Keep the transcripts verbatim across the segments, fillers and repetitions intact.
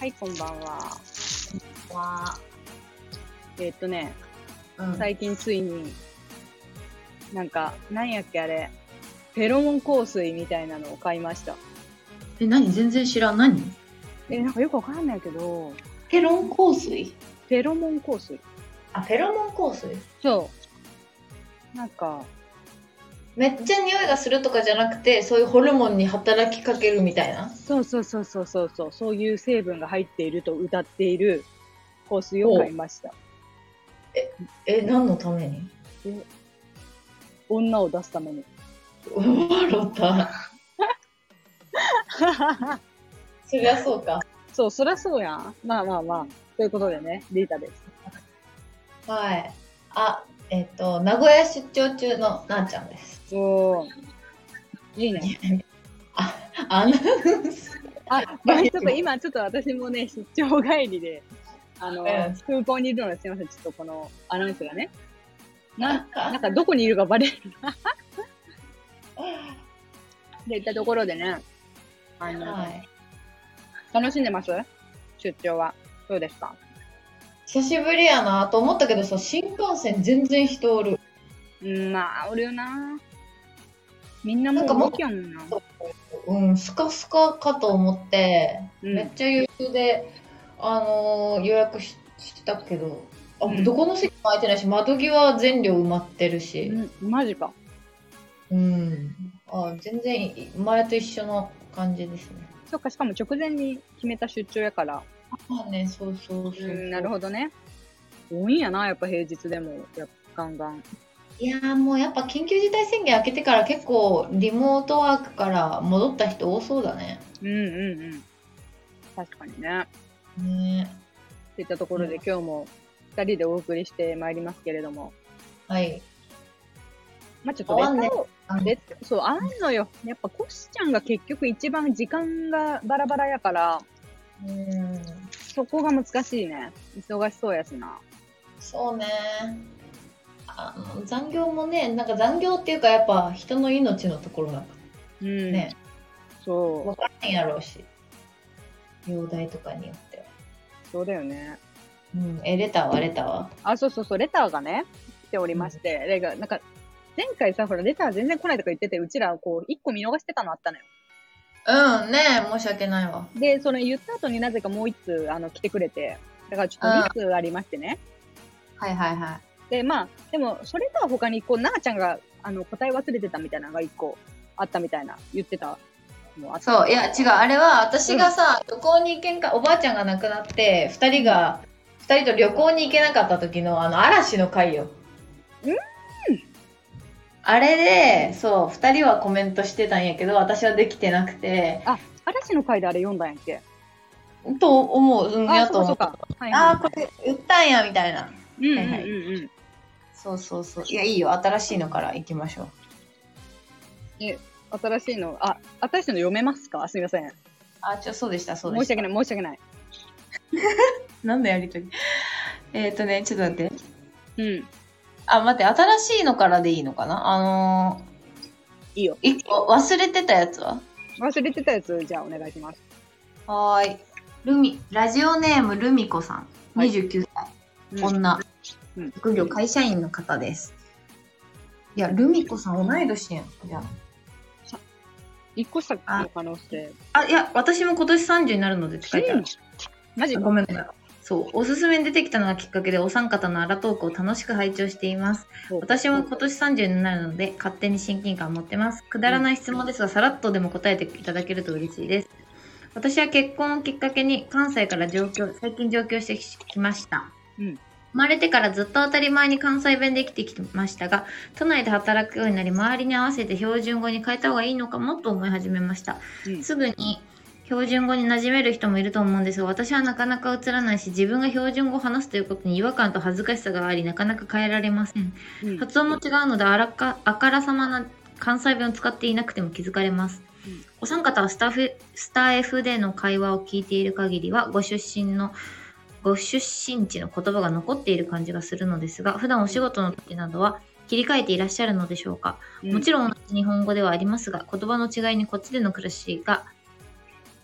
はい、こんばんは。 わえーっとね、 ー、うん、 最近ついに、なんか、なんやっけあれ、フェロモン香水みたいなのを買いました。 え、何全然知らん。何え、なんかよくわかんないけど、 ペロン香水フェロモン香水。 あ、フェロモン香水そう。なんか、 めっちゃ匂いがするとかじゃなくて、そういうホルモンに働きかけるみたいな。 そうそうそうそうそうそう、そういう成分が入っていると謳っている香水を買いました。 え、何のためにで女を出すために。 笑った。そりゃそうか。 そう、そりゃそうやん。まあまあまあ。ということでね、リータです。 はい。あ、えっ、と、名古屋出張中のなーちゃんです。 おー。いいね。 あ、アナウンス。 あ、ごめん、ちょっと今、ちょっと私もね、出張帰りで、あの、 うん空港にいるのですいません、ちょっとこのアナウンスがね。な、なんかどこにいるかバレる。で、行ったところでね、あの、 はい。 楽しんでます出張は。どうですか？ 久しぶりやなと思ったけどさ、新幹線全然人おる。 うん、まあ、おるよな。みんなもうなんかもっ動きやもんな。 うん、スカスカかと思って、 うんめっちゃ余裕で、あのー予約ししたけど、あ、 うんどこの席も空いてないし、窓際全両埋まってるし、 うん、マジか。 うん、あ、全然い前と一緒の感じですね。 そっか、しかも直前に決めた出張やから。 まあね、そうそうそうそう。 うん、なるほどね。多いんやな、やっぱ平日でも、やっぱガンガン。 いやーもうやっぱ緊急事態宣言明けてから結構リモートワークから戻った人多そうだね。 うんうんうん。確かにね。 ねといったところで、 うん今日も二人でお送りしてまいりますけれども。 はい。 まあちょっとレターを、 あのレそう、あんのよ。やっぱコシちゃんが結局一番時間がバラバラやから、 うんそこが難しいね。忙しそうやしな。 そうね。あの残業もね、なんか残業っていうかやっぱ人の命のところだかうん。 らね、 そう。 分からんやろうし、容体とかによっては。 そうだよね。 うん、え、レターはレターはあ、そうそうそう、レターがね、来ておりまして、でがなんか、前回さ、ほら、レター全然来ないとか言ってて、うちら、こう、一個見逃してたのあったのよ。 うん、ねえ、申し訳ないわ。 で、その言った後になぜかもう一通、あの、来てくれて、だからちょっと二通ありましてね。 はいはいはい。 で、まあ、でも、それとは他に、こう、なあちゃんが、あの、答え忘れてたみたいなのが一個あったみたいな、言ってたのあった。 そう、いや違う、あれは私がさ、旅行に行けんか、おばあちゃんが亡くなって、二人が、二人と旅行に行けなかった時のあの嵐の回よ。 うんあれで、そう、二人はコメントしてたんやけど、私はできてなくて、 あ、嵐の回であれ読んだんやっけ？ と思う、うん、 あ、 やと思う。 そうかそうか。はいああ、 はこれ、売ったんや、みたいな。 い。うんうんはいはいうんうん。 そうそうそう。いや、いいよ。新しいのから行きましょう。 え、新しいの、あ、新しいの読めますか？すみません。 あ、ちょ、そうでした、そうでした。 申し訳ない、申し訳ない。 なんだやりとり。えっ、ー、とね、ちょっと待って。 うん。 あ、待って、新しいのからでいいのかなあのいいよ。 ー、一個忘れてたやつは忘れてたやつ、じゃあお願いします。 はーい。ルミ、ラジオネームルミコさん。 はいにじゅうきゅうさい。 うん女。 うん副業会社員の方です。いや、ルミコさん同い年やん。じゃ一個下の可能性。 あ。あ、いや、私も今年さんじゅうになるのでって書いてある。 マジか。 ごめんごめん。そう、おすすめに出てきたのがきっかけでお三方のアラトークを楽しく拝聴しています。私も今年さんじゅうになるので勝手に親近感を持ってます。くだらない質問ですが、さらっとでも答えていただけると嬉しいです。私は結婚をきっかけに関西から上京、最近上京してきました。 うん。 生まれてからずっと当たり前に関西弁で生きてきましたが、都内で働くようになり、周りに合わせて標準語に変えた方がいいのかもと思い始めました。 うん。 すぐに標準語に馴染める人もいると思うんですが、私はなかなか映らないし、自分が標準語を話すということに違和感と恥ずかしさがあり、なかなか変えられません。 うん。 発音も違うので、あらか、あからさまな関西弁を使っていなくても気づかれます。 うんお三方はスタッフ、スター F での会話を聞いている限りは、ご出身の、ご出身地の言葉が残っている感じがするのですが、普段お仕事の時などは切り替えていらっしゃるのでしょうか。もちろん同じ日本語ではありますが、言葉の違いにこっちでの暮らしが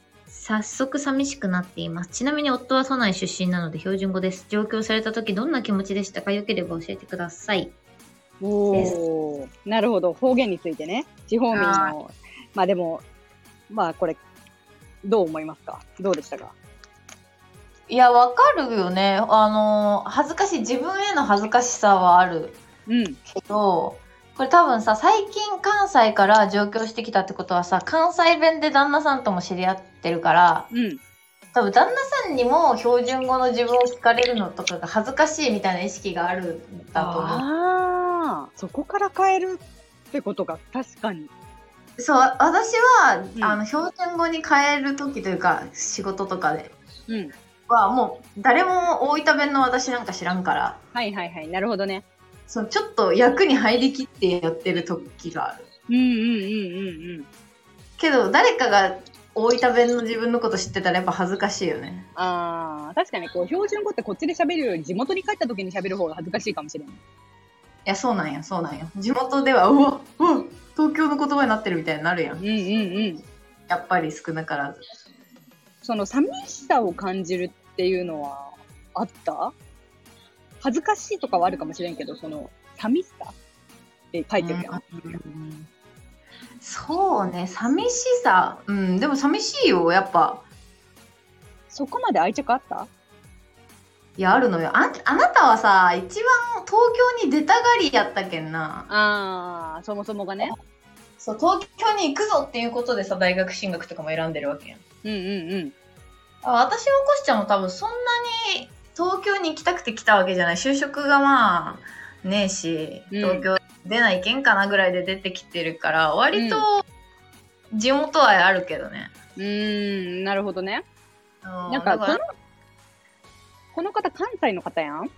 早速寂しくなっています。ちなみに夫は都内出身なので標準語です。上京された時どんな気持ちでしたか？よければ教えてください。 おー、なるほど。方言についてね。地方民の。まあでも、まあこれ、どう思いますか？どうでしたか？ いや、わかるよね。あの、恥ずかしい、自分への恥ずかしさはあるうん。 けど、これ多分さ、最近関西から上京してきたってことはさ、関西弁で旦那さんとも知り合ってるから、 うん。 多分旦那さんにも標準語の自分を聞かれるのとかが恥ずかしいみたいな意識があるんだと思う。 ああ、そこから変えるってことが確かに。 そう、私は、 うんあの、標準語に変える時というか、仕事とかでうん。 は、もう誰も大分弁の私なんか知らんから、 はいはいはい。なるほどね。 そのちょっと役に入りきってやってる時がある。 うんうんうんうんうん。 けど、誰かが大分弁の自分のこと知ってたらやっぱ恥ずかしいよね。 ああ、確かにこう、標準語ってこっちで喋るより地元に帰った時に喋る方が恥ずかしいかもしれない。 いや、そうなんや、そうなんや。地元では、うわ、うわ、東京の言葉になってるみたいになるやん。 うんうんうん。 やっぱり少なからず。 その寂しさを感じるっていうのはあった？恥ずかしいとかはあるかもしれんけど、その寂しさって書いてるやん。 うんそうね、寂しさ。うん、でも寂しいよ、やっぱ。 そこまで愛着あった？ いや、あるのよ。あ、あなたはさ、一番東京に出たがりやったけんな。 ああ、そもそもがね。 そう、東京に行くぞっていうことでさ、大学進学とかも選んでるわけやん。 うんうんうん。 あ、私もコシちゃんも多分そんなに東京に行きたくて来たわけじゃない。就職がまあ、ねえし、東京出ないけんかなぐらいで出てきてるから、割と地元愛あるけどね。 うーん、なるほどね。 ななんかこの、この方関西の方やん？ うんうんうん。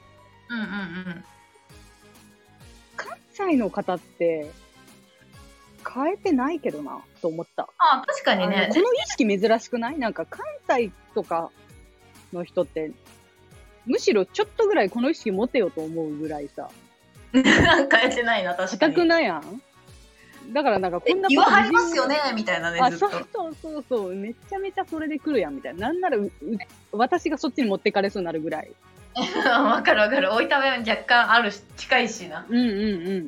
関西の方って変えてないけどなと思った。 あ、確かにね。 この意識珍しくない？なんか関西とかの人ってむしろちょっとぐらいこの意識持てよと思うぐらいさ。 なんか変えてないな、確かに。 固くないやん。だからなんかこんな言わはりますよねみたいなね。 あ、 ずっとそうそうそうそう。めちゃめちゃそれで来るやんみたいな。なんならうう私がそっちに持ってかれそうになるぐらい。 わかるわかる。大分弁若干あるし、近いしな。 うんうんうん。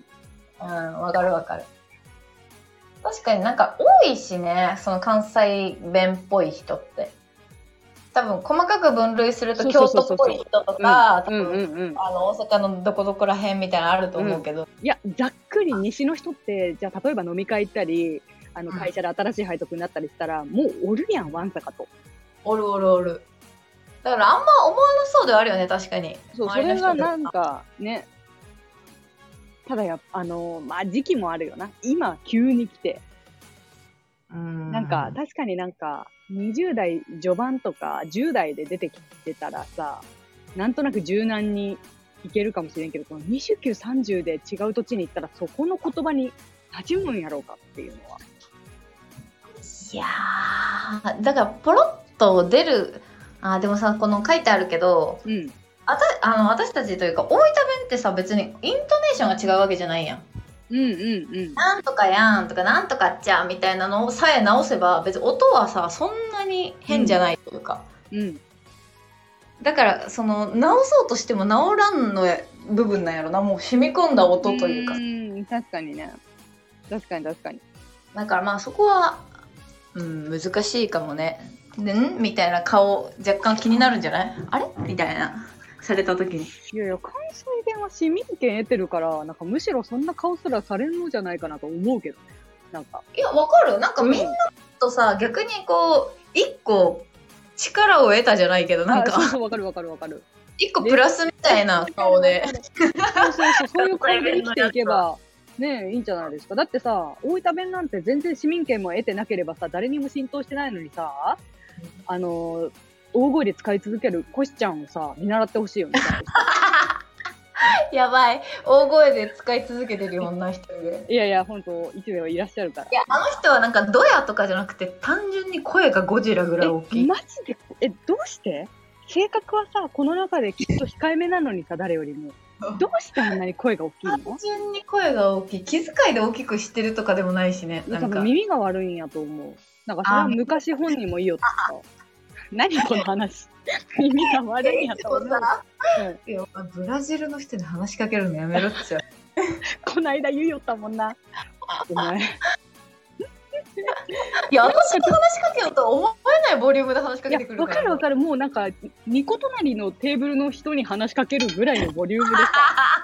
うん、わかるわかる。確かになんか多いしね、その関西弁っぽい人って。多分細かく分類すると京都っぽい人とか、あの大阪のどこどこら辺みたいなのあると思うけど、うん、 いやざっくり西の人ってじゃあ例えば飲み会行ったりあの会社で新しい配属になったりしたら、うん、もうおるやんわんさかと。 おるおるおる。だからあんま思わなそうではあるよね、確かに。 そう、それがなんかね。ただやあのまあ時期もあるよな。今急に来て。うんなんか確かになんかにじゅう代序盤とかじゅう代で出てきてたらさ、なんとなく柔軟にいけるかもしれんけど、このにじゅうきゅう、さんじゅうで違う土地に行ったらそこの言葉に馴染むんやろうかっていうのは。 いやー、だからポロッと出る、あでもさ、この書いてあるけど、うん、あたあの私たちというか大分弁ってさ、別にイントネーションが違うわけじゃないやん。 うんうんうん、 なんとかやんとかなんとかっちゃみたいなのさえ直せば別に音はさそんなに変じゃないというか、うんうん、だからその直そうとしても直らんの部分なんやろな、もう染み込んだ音というか。 うん確かにね、確かに確かに。だからまあそこは、うん、難しいかもね。でんみたいな顔若干気になるんじゃない？あれみたいなされた時に。 いやいや関西弁は市民権得てるからなんかむしろそんな顔すらされるのじゃないかなと思うけどね。なんかいやわかる。なんかみんなとさ、うん、逆にこう一個力を得たじゃないけどなんかそうそうわかるわかるわかる。 一個プラスみたいな顔でそうそうそうそういう顔で生きていけばねいいんじゃないですか。だってさ大分弁なんて全然市民権も得てなければさ誰にも浸透してないのにさ、あの大声で使い続けるコシちゃんをさ見習ってほしいよね。 やばい、大声で使い続けてるよ女一人で。 いやいや本当一名はいらっしゃるから。 いやあの人はなんかドヤとかじゃなくて単純に声がゴジラぐらい大きい。 えマジでえどうして？性格はさこの中できっと控えめなのにさ誰よりもどうしてあんなに声が大きいの？ 単純に声が大きい。気遣いで大きくしてるとかでもないしね。なんか耳が悪いんやと思う。なんかそれは昔本人もいいよってさ。何この話。耳が悪いんやと思う。 いや、ブラジルの人に話しかけるのやめろっちゃ。 こないだ言うよったもんな。お前。 いや、私が話しかけようとは思えないボリュームで話しかけてくるから。 わかるわかる。もうなんか、にこ隣のテーブルの人に話しかけるぐらいのボリュームでさ。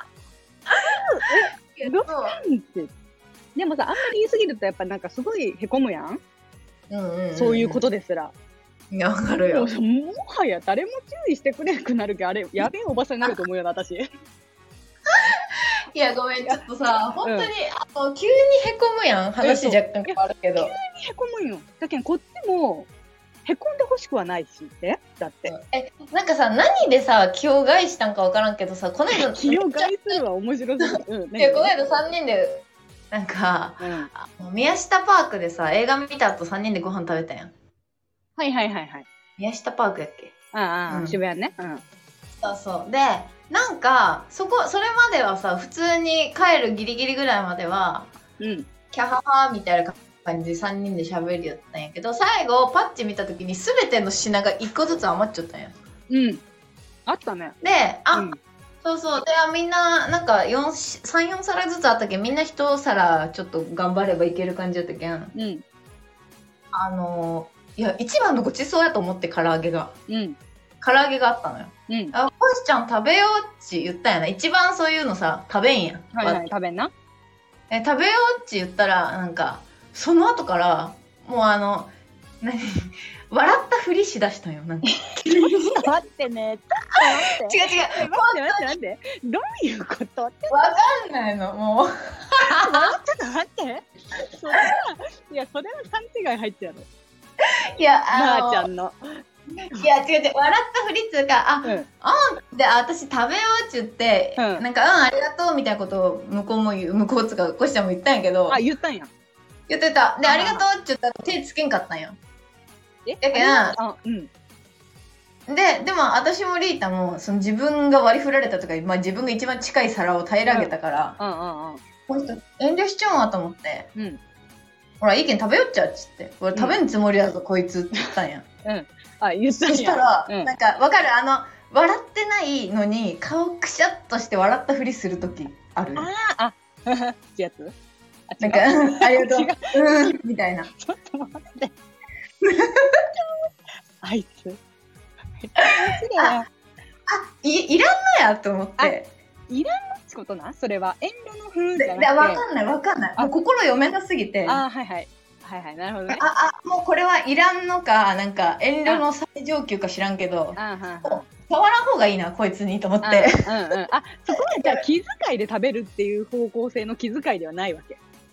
え、どうしたんって。でもさ、あんまり言いすぎるとやっぱなんかすごいへこむやん。うんうんうんうん、そういうことですら。 いや、わかるよ。 も, もはや誰も注意してくれなくなるけど、あれ、やべえおばさんになると思うよな、私。 いや、ごめん、ちょっとさ、本当に、うん、あの急にへこむやん、話若干変わるけど。 急にへこむよ。だけど、こっちも、へこんでほしくはないし、ね、だって。 え、なんかさ、何でさ、気を害したんかわからんけどさ、この間、 気を害するは面白すぎる。 うん、いや、この間さんにんで、なんか、うん、あの宮下パークでさ、映画見た後さんにんでご飯食べたやん。 はいはいはいはい。 宮下パークやっけ？ ああ、うん、渋谷ね。うん。 そうそう。で、なんか、そこ、それまではさ、普通に帰るギリギリぐらいまでは、うん。キャハハみたいな感じでさんにんで喋りよったんやけど、最後、パッチ見たときに全ての品がいっこずつ余っちゃったんや。 うん。あったね。 で、あ、うん、そうそう。で、みんな、なんかさん、よん皿ずつあったけん、みんな一皿ちょっと頑張ればいける感じだったけん。うん。あのー、いや、一番のごちそうやと思って、唐揚げが。うん。唐揚げがあったのよ。うん。あ、コシちゃん食べようって言ったんやな。一番そういうのさ、食べんやん。 はいはい、食べんな。 え、食べようって言ったら、なんか、その後から、もうあの、何笑ったふりしだしたんよ。なんか。 ちょっと待ってね。ちょっと待って。 違う違う。 待って待って待って。どういうことわかんないの、もう。ちょっと待って。それは、いや、それは勘違い入ってやろ。 いや、 あのまーちゃんの。 いや、違う違う。笑ったふりっつうか、あ、うん、あで、私食べようって言って、うん、なんか、うん、ありがとうみたいなことを向こうも言う、向こうつか、コシちゃんも言ったんやけど。 あ、言ったんや。 言ってた。で、ありがとうって言ったら手つけんかったんよ。 えだけど、あ、うん。で、でも私もリータも、その自分が割り振られたとか、まあ自分が一番近い皿を平らげたから、うんうんうんうん、この人遠慮しちゃうわと思って、うん、ほら、いいけん食べよっちゃうっつって、俺食べんつもりだぞ、うん、こいつって言ったんや。 うん。あ、言ったんや。 そしたら、うん、なんか、わかる？あの、笑ってないのに、顔くしゃっとして笑ったふりするときある。 ああ、あ、ってやつ？ なんか、ありがとう。うん、みたいな。ちょっと待って。 あいつ。 あ、あい、いらんのやと思って。 いらんのってことな？それは。遠慮のふんじゃなくて。 わかんない、わかんない。もう心読めなすぎて。 あ、はいはい。はいはい、なるほどね。 あ、あ、もうこれはいらんのか、なんか遠慮の最上級か知らんけど、触らん方がいいな、こいつにと思って。 うんうん。あ、そこはじゃあ気遣いで食べるっていう方向性の気遣いではないわけ。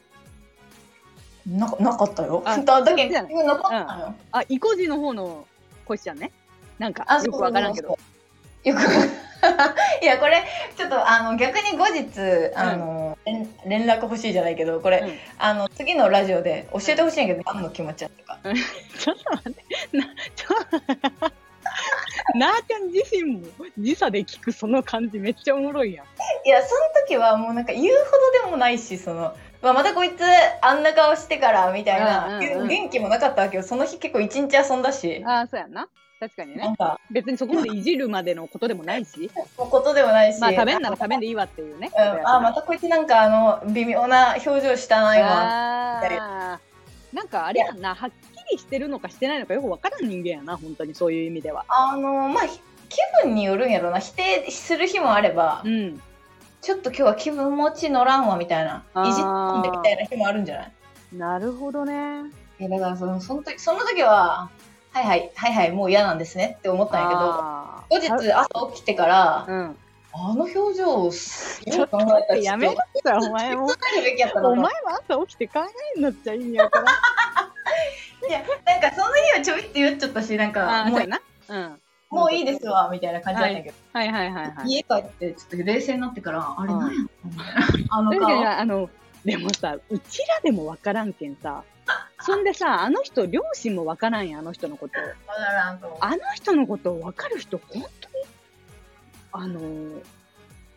な, なかったよ。あ、だけど、なかったよ。 あ、いこじの方のコシちゃんね。なんか、よくわからんけど。 よくいや、これ、ちょっと、あの、逆に後日、あの、うん、連絡欲しいじゃないけど、これ、うん、あの、次のラジオで教えてほしいんやけど、何の気持ちやったか。 ちょっと待って。な、ちょなーちゃん自身も時差で聞くその感じめっちゃおもろいやん。 いや、その時はもうなんか言うほどでもないし、その、まあ、またこいつあんな顔してからみたいな、うんうんうん、元気もなかったわけよ。その日結構一日遊んだし。 ああ、そうやんな。確かにね。なんか別にそこまでいじるまでのことでもないし。 ことでもないし。 まあ食べんなら食べんでいいわっていうね。 うん、あ、またこいつなんかあの微妙な表情したな今。みたいな。 なんかあれやんな、はっきりしてるのかしてないのかよくわからん人間やな、本当にそういう意味では。 あのまあ気分によるんやろな。否定する日もあれば、うん、ちょっと今日は気分持ち乗らんわみたいな、いじってみたいな日もあるんじゃない？ なるほどね。 いやだからそのその時その時ははいはいはいはいもう嫌なんですねって思ったんやけど、後日朝起きてから、うん、あの表情をちょっと待ってやめろってお前もお前は朝起きて考えんのっちゃいいんやからいやなんかその日はちょいって言っちゃったし、なんかもうな、うん、もういいですわみたいな感じだったけど、 はい、はいはいはいはい、 家帰ってちょっと冷静になってからあれ何やあの顔あのでもさうちらでもわからんけんさそんでさ、あの人、両親もわからんやん、あの人のこと。わからんと。 あの人のことをわかる人、本当に、あのー、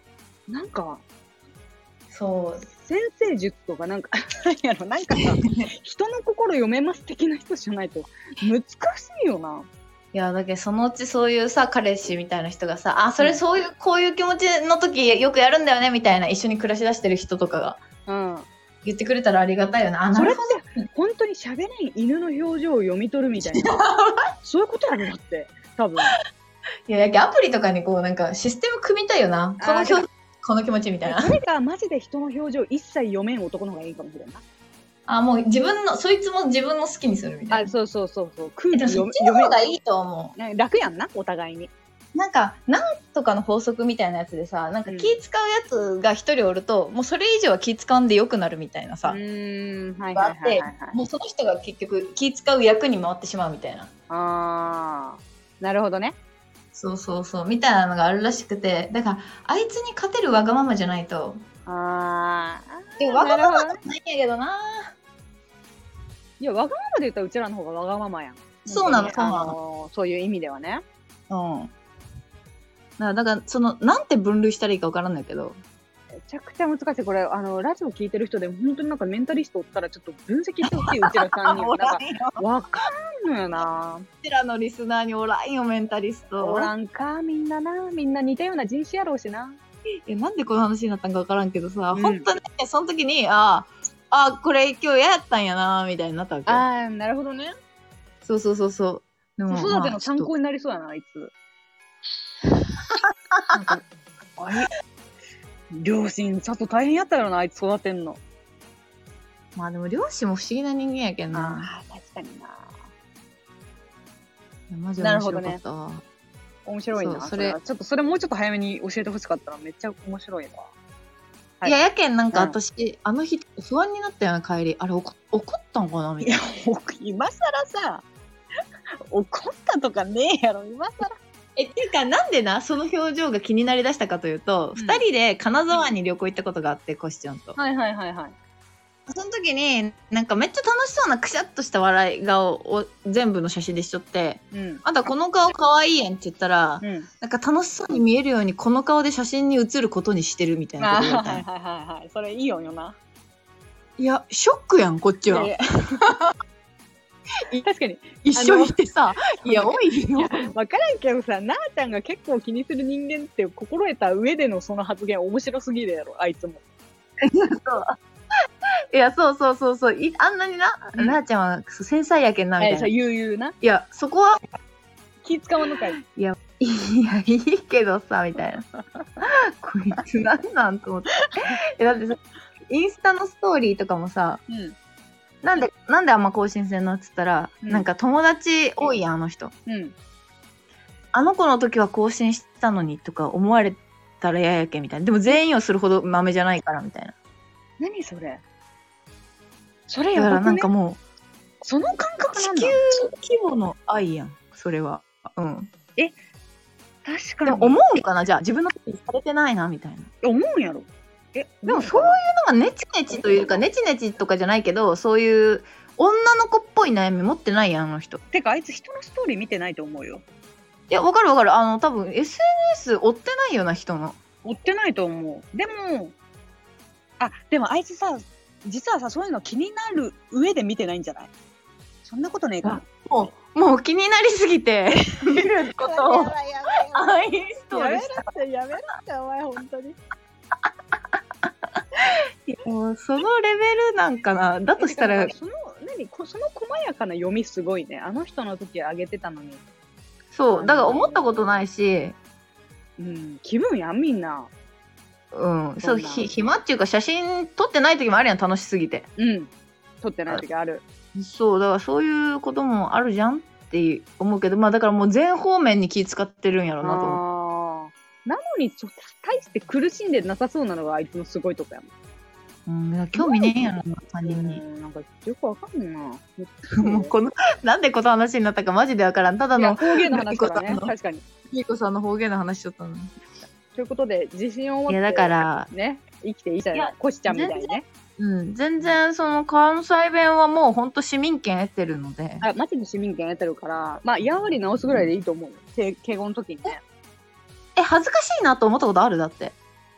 なんか、 そう。 先生術とかなんか、やろ、なんかさ、人の心読めます的な人じゃないと難しいよな。 いや、だけどそのうちそういうさ、彼氏みたいな人がさ、あ、それそういう、こういう気持ちの時よくやるんだよね、みたいな、一緒に暮らし出してる人とかが、うん。言ってくれたらありがたいよな。あ、なるほど。 それって、本当に喋れん犬の表情を読み取るみたいな。そういうことやろ、だって、多分。 いや、やけアプリとかにこう、なんか、システム組みたいよな。この表情、この気持ちみたいな。 それか、マジで人の表情一切読めん男の方がいいかもしれんな。 あ、もう自分の、そいつも自分の好きにするみたいな。 あ、そうそうそうそう。空気読め、読め。そっちの方がいいと思う。楽やんな、お互いに。 なんか、なんとかの法則みたいなやつでさ、なんか気使うやつが一人おると、うん、もうそれ以上は気使うんでよくなるみたいなさ。うーん、はいはいはいはい、はい。もうその人が結局気使う役に回ってしまうみたいな。 あー、なるほどね。 そうそうそう、みたいなのがあるらしくて、だから、あいつに勝てるわがままじゃないと。 あー。でもわがままじゃないんやけどな。 いや、わがままで言ったらうちらの方がわがままやん。 そうなの、そうなの。 そういう意味ではね。 うん。だから、その、なんて分類したらいいかわからないけど。 めちゃくちゃ難しい。これ、あの、ラジオ聞いてる人でも本当になんかメンタリストおったらちょっと分析してほしい、うちらさんにんは。なんか、わかんのよな。 うちらのリスナーにおらんよ、メンタリスト。 おらんか、みんなな。みんな似たような人種やろうしな。 え、なんでこの話になったんかわからんけどさ、うん、本当にね、その時に、ああ、これ今日嫌やったんやな、みたいになったわけ。 ああ、なるほどね。 そうそうそうそう。 でも子育ての参考になりそうやな、あいつ。なんか、あれ両親ちょっと大変やったよな、あいつ育てんの。 まあでも両親も不思議な人間やけんな。 ああ、確かにな。 マジ面白かったわ。 ね、面白いな。それちょっとそれもうちょっと早めに教えてほしかったらめっちゃ面白いわ。 はい、いや、やけんなんか私、うん、あの日不安になったような帰り、あれ怒ったんかなみたいな。いや、今更さ、怒ったとかねえやろ、今更。 え、っていうか、なんでな、その表情が気になりだしたかというと、二、うん、人で金沢に旅行行ったことがあって、コシちゃんと。 はいはいはいはい。 その時に、なんかめっちゃ楽しそうなくしゃっとした笑い顔を全部の写真でしとって、うん、あんたこの顔可愛いやんって言ったら、うん、なんか楽しそうに見えるようにこの顔で写真に写ることにしてるみたいなこと言われた。 はいはいはいはい。それいいよよな。 いや、ショックやん、こっちは。いやいや確かに一緒にいてさ、いや、多いよ。 わからんけどさ、なあちゃんが結構気にする人間って心得た上でのその発言面白すぎるやろ、あいつも。 そういや、そうそうそうそう、いあんなにな、うん、なあちゃんは繊細やけんなみたいな。 えー、言う言うな。 いや、そこは気使わんのかい。 いや、いや、いいけどさ、みたいな。こいつなんなんと思って。え、だってさ、インスタのストーリーとかもさ、うん、なんで、なんであんま更新せんのっつったら、うん、なんか友達多いやん、あの人。うん。あの子の時は更新したのにとか思われたら嫌やけみたいな。でも全員をするほど豆じゃないからみたいな。 何それそれやばくね。だからなんかもう、 その感覚なんだ。 地球規模の愛やん、それは。うん。 え、確かに。 でも思うんかなじゃあ、自分の時にされてないな、みたいな。 思うんやろ。 え、でもそういうのがネチネチというか、ネチネチとかじゃないけど、そういう女の子っぽい悩み持ってないやん、あの人。 てか、あいつ人のストーリー見てないと思うよ。 いや、わかるわかる。あの、多分 エスエヌエス 追ってないよな、人の。 追ってないと思う。でも、あ、でもあいつさ、実はさ、そういうの気になる上で見てないんじゃない？そんなことねえか。 もう、もう気になりすぎて、見ることを、アインストールした。 やめろって、やめろって、お前、ほんとに。 いやもうそのレベルなんかな。だとしたら、 その、何、その細やかな読みすごいね。あの人の時あげてたのに。 そう、だから思ったことないし、 うん、気分やん、みんな。 うん、そう、ひ、暇っていうか写真撮ってない時もあるやん、楽しすぎて。 うん。撮ってない時ある。 そう、だからそういうこともあるじゃんって思うけど、まあだからもう全方面に気使ってるんやろうなと思う。なのに、大して苦しんでなさそうなのがあいつのすごいとこやもん。うん、興味ねえんやろな、他人に。 なんかよくわかんないな。 もうこの、なんでこの話になったかマジでわからん。ただの方言の話からね、確かに。 ひいこさんの方言の話しちゃったの。 ということで、自信を持って、 いやだからね、生きていいじゃない。コシちゃんみたいにね。 うん、全然その関西弁はもうほんと市民権得てるので。 あ、マジで市民権得てるから、まあ、やわり直すぐらいでいいと思う。敬語の時にね。 え、恥ずかしいなと思ったことある？だって。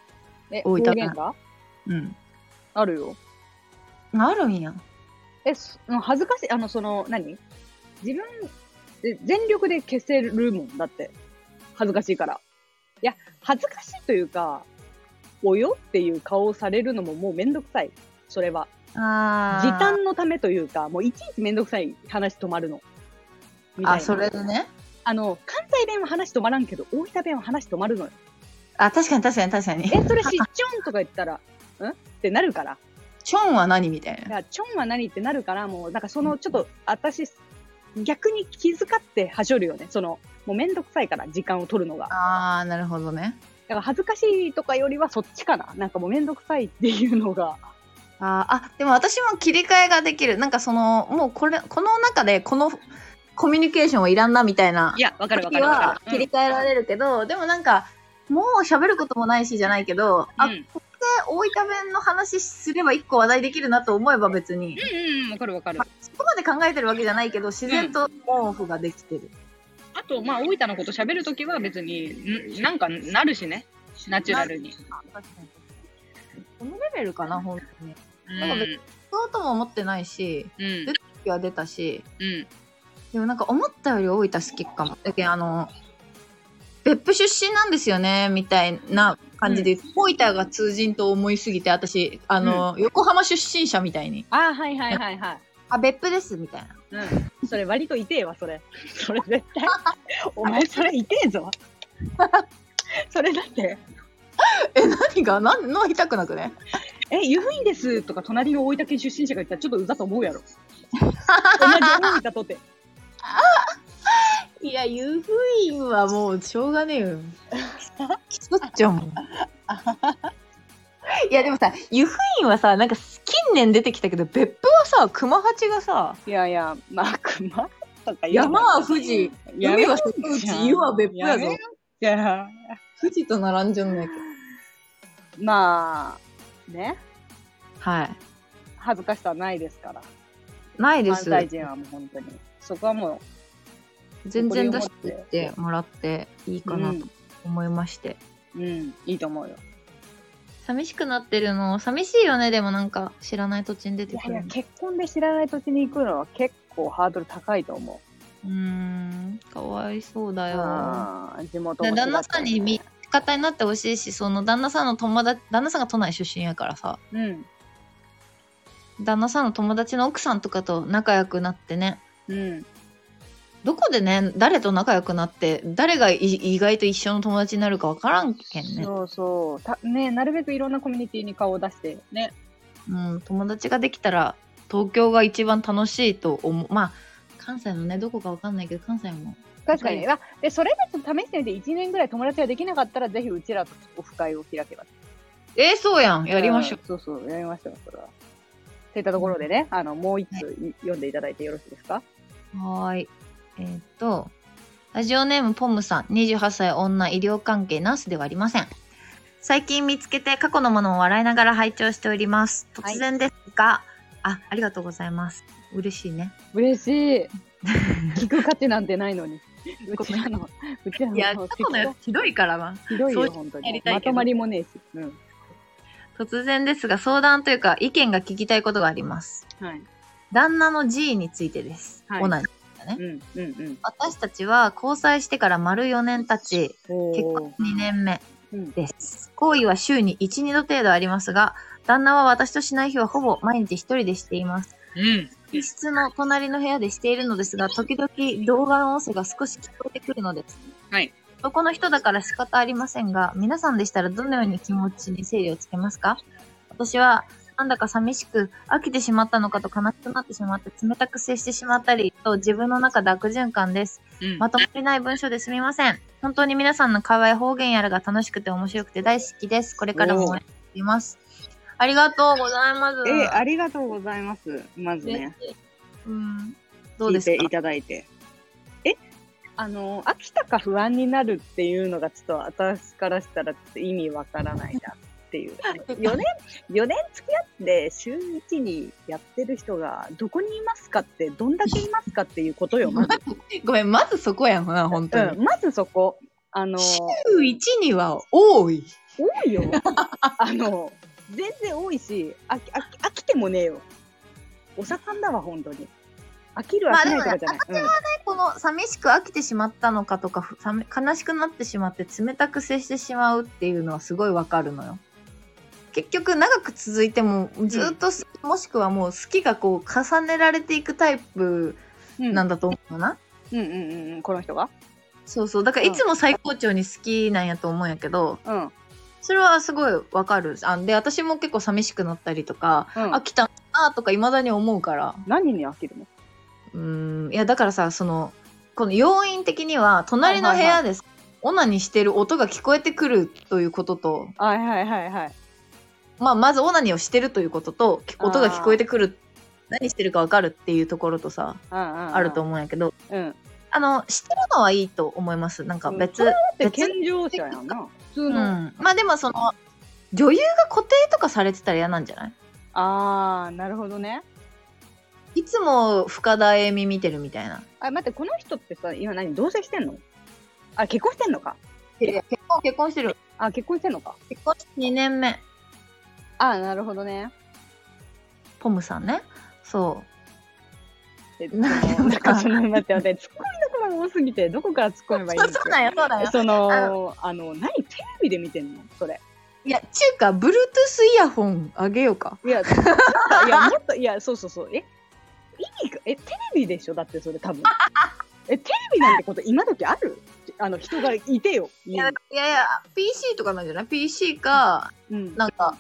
え、 大分弁。 方言がうん。 あるよ。 あるんや。 え、そ恥ずかしい、あの、その、何自分で全力で消せるもん。だって。恥ずかしいから。いや、恥ずかしいというか、およっていう顔をされるのももうめんどくさい。それは。 あ時短のためというか、もういちいちめんどくさい話止まるの。みたいな。 あ、それでね。 あの、関西弁は話止まらんけど、大分弁は話止まるのよ。 あ、確かに確かに確かに。 え、それしっちょんとか言ったら、んってなるから。 ちょんは何みたいな。 だからちょんは何ってなるから、もう、なんかその、ちょっと、私、逆に気遣ってはしょるよね。その、もうめんどくさいから、時間を取るのが。 あー、なるほどね。 だから恥ずかしいとかよりはそっちかな。なんかもうめんどくさいっていうのが。 あー、あ、でも私も切り替えができる。なんかその、もうこれ、この中でこのコミュニケーションはいらんなみたいな。 いや、わかるわか時るわかはる。 切り替えられるけど、でもなんか、もう喋ることもないしじゃないけど、あ、 うんここで大分弁の話すれば一個話題できるなと思えば別に、 うんうん、わかるわかる。 そこまで考えてるわけじゃないけど、自然とオフができてる。 あと、まあ、大分のこと喋るときは別に、んなんかなるしね。ナチュラルに。 あ、確かに。このレベルかな、本当に。 うん。 なんか別にそうとも思ってないし、 うん出た時は出たし、 うん。 でもなんか思ったより大分好きかも。だけどあの、別府出身なんですよね、みたいな感じで、うん、大分が通じんと思いすぎて、私、あの、うん、横浜出身者みたいに。 あ、はいはいはいはい。 あ、別府です、みたいな。うん。それ割と痛えわ、それ。それ絶対。お前それ痛えぞ。それだって。 え、何がなん、の痛くなくねえ、湯布院ですとか隣の大分県出身者が言ったらちょっとうざと思うやろ。同じ大分とて。 いや、湯布院はもうしょうがねえよ。そっちゃもん。いやでもさ、湯布院はさ、なんか近年出てきたけど、別府はさ、熊八がさ、 いやいや、まあ熊とか山は富士、海は瀬戸内、湯は別府やぞ。いや、 富士と並んじゃうんだけど。 まあ、ね。 はい。 恥ずかしさはないですから。 ないです。 関西人はもう本当に。そこはもう、全然出していってもらっていいかなと思いまして。 うん、うん、いいと思うよ。 寂しくなってるの、寂しいよね、でもなんか知らない土地に出てくる。 いやいや、結婚で知らない土地に行くのは結構ハードル高いと思う。うーん、かわいそうだよ。 あ地元も、 ね、旦那さんに味方になってほしいし、その旦那さんの友達、旦那さんが都内出身やからさ。 うん。 旦那さんの友達の奥さんとかと仲良くなってね。 うん。 どこでね、誰と仲良くなって、誰が意外と一緒の友達になるか分からんけんね。 そうそうた。ね、なるべくいろんなコミュニティに顔を出してね。 うん、友達ができたら、東京が一番楽しいと思う。まあ、関西のね、どこか分かんないけど、関西も。 確かに。あで、それで試してみていちねんぐらい友達ができなかったら、ぜひうちらとオフ会を開けば。 えー、そうやん。やりましょう。 そうそう、やりましょう、それは。といったところでね、あの、もう一つ、はい、読んでいただいてよろしいですか？ はーい。えー、っと、ラジオネームポムさん、にじゅうはっさい女、医療関係ナースではありません。最近見つけて過去のものを笑いながら拝聴しております。突然ですが、はい、あ、ありがとうございます。嬉しいね。 嬉しい。聞く価値なんてないのに。うちらの、うちらの。 いや、過去のやつひどいからな。 ひどいよ、本当に。まとまりもねえし。うん。 突然ですが、相談というか、意見が聞きたいことがあります。 はい。 旦那の G についてです。 はい。 オナニーだね。 うんうんうん。 私たちは交際してから丸よねん経ち、結婚にねんめです。行為は週にいち、にど程度ありますが、旦那は私としない日はほぼ毎日一人でしています。 うん。 一室の隣の部屋でしているのですが、時々動画の音声が少し聞こえてくるのです。 はい。 男の人だから仕方ありませんが、皆さんでしたらどのように気持ちに整理をつけますか？私は、なんだか寂しく、飽きてしまったのかと悲しくなってしまって、冷たく接してしまったりと、自分の中で悪循環です。うん、まとまりない文章ですみません。本当に皆さんの会話や方言やらが楽しくて面白くて大好きです。これからも応援しています。ありがとうございます。 えー、ありがとうございます。まずね。 うん。どうですか？ 聞いていただいて。えあの、飽きたか不安になるっていうのがちょっと私からしたらちょっと意味わからないなっていう。よねん、よねん付き合って週いちにやってる人がどこにいますかって、どんだけいますかっていうことよ、まず。 ごめん、まずそこやんな、本当に。 うん、まずそこ。あの、 週いちには多い。 多いよ。あの、全然多いし、飽き、飽き、飽きてもねえよ。お盛んだわ、本当に。飽きる飽きないとかじゃない。 まあでもね、私はね、この寂しく飽きてしまったのかとか、悲しくなってしまって冷たく接してしまうっていうのはすごいわかるのよ。結局長く続いてもずっと、うん、もしくはもう好きがこう重ねられていくタイプなんだと思うな。 うんうんうんうん、この人がそうそう。だからいつも最高潮に好きなんやと思うんやけど、うん、それはすごいわかる。あで、私も結構寂しくなったりとか、うん、飽きたなとか未だに思うから。 何に飽きるの？ うーん、いやだからさ、その、この要因的には、隣の部屋でオナニーしてる音が聞こえてくるということと、 はいはいはいはい。 まあ、まずオナニーをしてるということと、音が聞こえてくる、何してるか分かるっていうところとさ、あると思うんやけど、うん、あの、してるのはいいと思います。なんか別、うん、 別健常者やな。普通の。 うん、まあでもその、女優が固定とかされてたら嫌なんじゃない？ あー、なるほどね。 いつも深田栄美見てるみたいな。 あ、待って、この人ってさ、今何同棲してんの？あ、結婚してんのか？ いや、結婚、結婚してる。 あ、結婚してんのか？ 結婚してにねんめ。 あ、なるほどね。 ポムさんね。そう。 え、なんかその、待って待って、突っ込みどころが多すぎて、どこから突っ込めばいいんですか？ そうだよ、そうだよ。 その、あの、何テレビで見てんのそれ。 いや、ちゅうか、Bluetooth イヤホンあげようか。 いや、いや、もっと、いや、そうそうそう。え、いいか、え、テレビでしょだってそれ多分。え、テレビなんてこと今時ある？あの、人がいてよ。 いや、いやいや、ピーシー とかなんじゃない？ ピーシー か、うん、なんか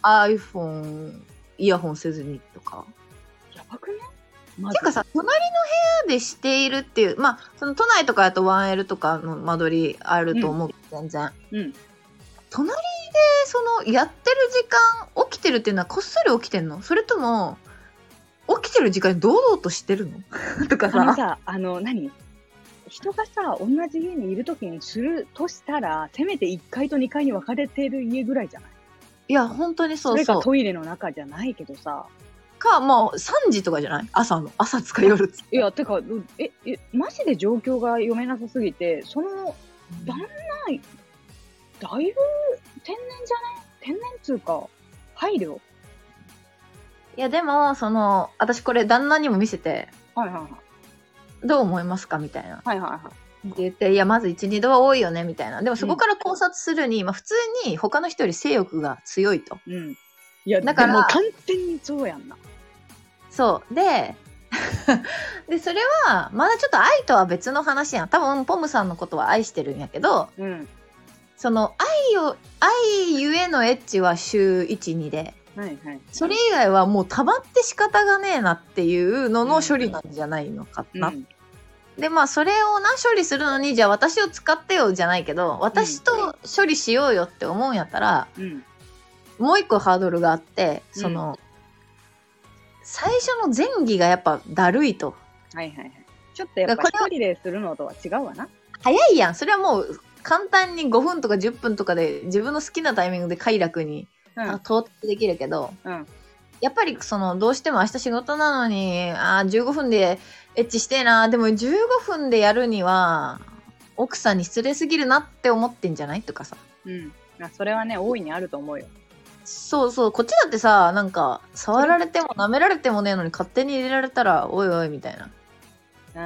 iPhone イヤホンせずにとか。 やばくね？ てかさ、隣の部屋でしているっていう、まあ、その都内とかだと ワンエル とかの間取りあると思う、うん、全然。うん。隣で、その、やってる時間、起きてるっていうのはこっそり起きてんの？それとも、起きてる時間に堂々としてるの？とかさ。 あのさ、あの、何？人がさ、同じ家にいるときにするとしたら、せめていっかいとにかいに分かれてる家ぐらいじゃない？ いや、本当にそうそう。 それかトイレの中じゃないけどさ。 か、もうさんじとかじゃない？朝の。朝つか夜つ。 いや、てか、え、え、マジで状況が読めなさすぎて、その、旦那、だいぶ、天然じゃない？天然つうか、配慮？ いや、でも、その、私これ旦那にも見せて、 はいはいはい。 どう思いますかみたいな。 はいはいはい。 って言って、いや、まずいち、にどは多いよね、みたいな。でもそこから考察するに、うん、まあ普通に他の人より性欲が強いと。 うん。いや、だから、もう完全にそうやんな。 そう。で、で、それは、まだちょっと愛とは別の話やん。多分、ポムさんのことは愛してるんやけど、うん、その、愛を、愛ゆえのエッチは週いち、にで、はいはい、それ以外はもう溜まって仕方がねえなっていうのの処理なんじゃないのかな、うん、でまあそれをな処理するのにじゃあ私を使ってよじゃないけど私と処理しようよって思うんやったら、うん、もう一個ハードルがあってその、うん、最初の前儀がやっぱだるいと。 はいはいはい。ちょっとやっぱ一人でするのとは違うわな。 早いやん。それはもう簡単にごふんとかじゅっぷんとかで自分の好きなタイミングで快楽にうん、到達できるけど、うん、やっぱりそのどうしても明日仕事なのにあじゅうごふんでエッチしてえなでもじゅうごふんでやるには奥さんに失礼すぎるなって思ってんじゃないとかさ、 うん、それはね大いにあると思うよ。 そうそうこっちだってさなんか触られても舐められてもねえのに勝手に入れられたらおいおいみたいな。 うん、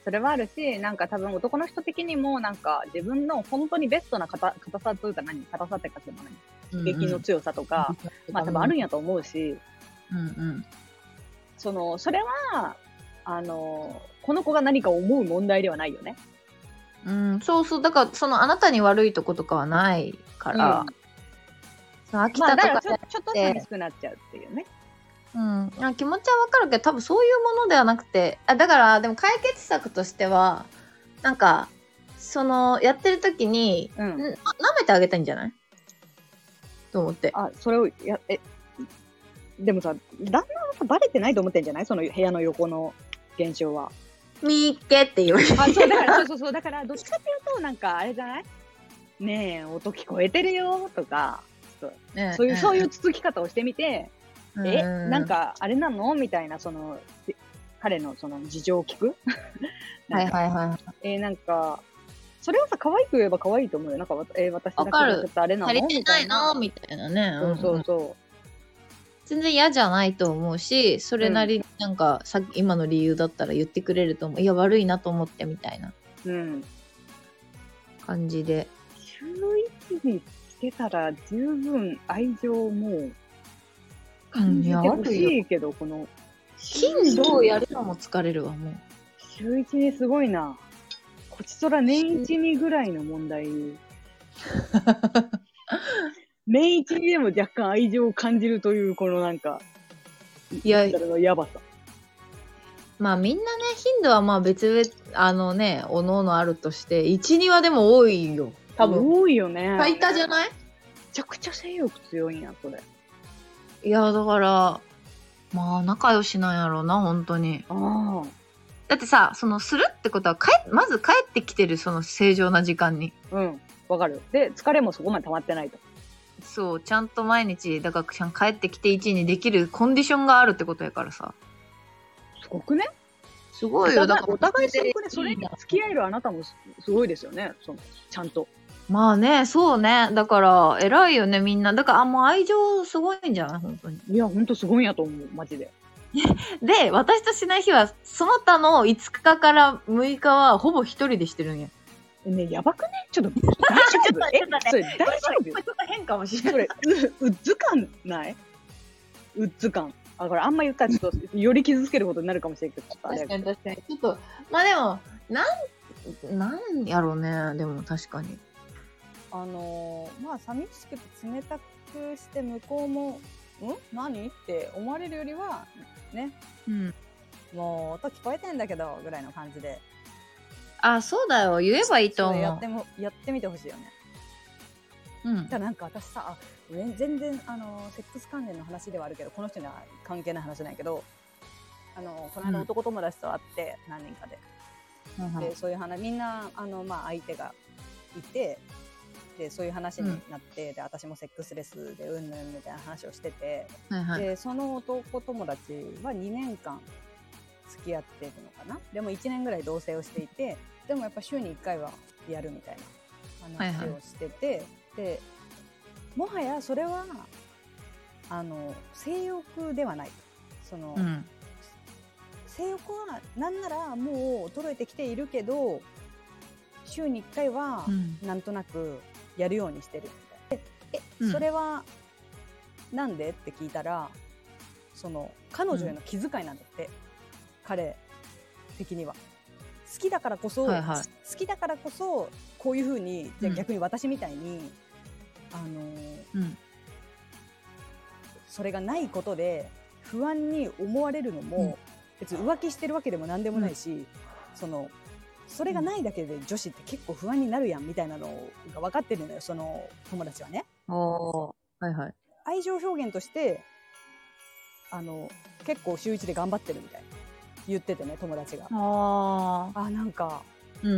それはあるし、なんか多分男の人的にもなんか自分の本当にベストな硬さというか何硬さってかその何刺激の強さとか、うんうん、まあ多分あるんやと思うし、うんうん、そのそれはあのこの子が何か思う問題ではないよね。 うん、そうそうだからそのあなたに悪いとことかはないから、うん、 その飽きたとか、まあ、だからちょ、ちょっと寂しくなっちゃうっていうね。 うん、気持ちはわかるけど多分そういうものではなくてあだからでも解決策としてはなんかそのやってる時に、うん、舐めてあげたいんじゃないと思って。 あそれをやえでもさ旦那はさバレてないと思ってんじゃないその部屋の横の現象は。 みっけって言われる。 あそうだからそうそうそうだからどっちかっていうとなんかあれじゃないねえ音聞こえてるよとかそう、ね、そういう、ね、そういうつつき方をしてみて。え、なんかあれなのみたいなその彼のその事情を聞くはいはいはい。 えー、なんかそれをさ、可愛く言えば可愛いと思うよ。なんか、えー、私だけがちょっとあれなの足りてないなみたいなね。 そうそうそう。 全然嫌じゃないと思うし、それなりになんか、うん、さっき今の理由だったら言ってくれると思う。いや、悪いなと思ってみたいな。うん。感じで。 週一にしてたら十分愛情も感じてほしいけど、うん、この。 頻度をやるのも疲れるわ、もう。 週一にすごいな。こちとら年一にぐらいの問題。年一にでも若干愛情を感じるという、このなんか、 いや、 やばさ。 まあみんなね、頻度はまあ別々、あのね、おのおのあるとして、いち、にはでも多いよ。 多分。多いよね。 最多じゃない？めちゃくちゃ性欲強いんや、それ。 いや、だから、まあ仲良しなんやろうな、本当に。ああ。だってさ、そのするってことは帰、まず帰ってきてる、その正常な時間に。 うん、わかる。で、疲れもそこまで溜まってないと。 そう、ちゃんと毎日、だからちゃん帰ってきていちにできるコンディションがあるってことやからさ。 すごくね？ すごいよ。 だからお互いすごくね、それに付き合えるあなたもすごいですよね。そのちゃんと。 まあね、そうね。だから、偉いよね、みんな。だから、あ、もう愛情すごいんじゃない本当に。 いや、本当すごいんやと思う、マジで。 で、私としない日は、その他のいつかからむいかは、ほぼ一人でしてるんや。 ね、やばくねちょっと、大丈夫え、それ大丈夫ちょっと変かもしれない。 それ、う、うっず感ないうっず感。あ、これあんま言ったらちょっと、より傷つけることになるかもしれんけど。 確かに確かに。ちょっと、まあでも、なん、なんやろうね、でも確かに。 あのー、まあ、寂しくて冷たくして向こうも、ん何って思われるよりは、ね。うん。もう、音聞こえてんだけど、ぐらいの感じで。 あ、そうだよ。言えばいいと思う。 やっても、やってみてほしいよね。うん。じゃあなんか私さ、全然、あの、セックス関連の話ではあるけど、この人には関係ない話じゃないけど、あの、この間男友達と会って、うん、何人かで。うん、で、そういう話、みんな、あの、まあ、相手がいて、でそういう話になって、うん、で私もセックスレスでうんぬんみたいな話をしてて、はいはい、でその男友達はにねんかん付き合ってるのかな。でもいちねんぐらい同棲をしていて、でもやっぱ週にいっかいはやるみたいな話をしてて、はいはい、でもはやそれはあの性欲ではない、その、うん、性欲はなんならもう衰えてきているけど週にいっかいはなんとなくやるようにしてるみたいな。え、うん、それはなんでって聞いたら、その彼女への気遣いなんだって、うん、彼的には好きだからこそ、はいはい、好きだからこそこういう風に、じゃあ逆に私みたいに、うん、あのーうん、それがないことで不安に思われるのも、うん、別に浮気してるわけでも何でもないし、うん、そのそれがないだけで女子って結構不安になるやんみたいなのが分かってるのよ、その友達はね。おー、はいはい。愛情表現としてあの結構週一で頑張ってるみたいな言っててね、友達が。ああ、なんか、うんうん。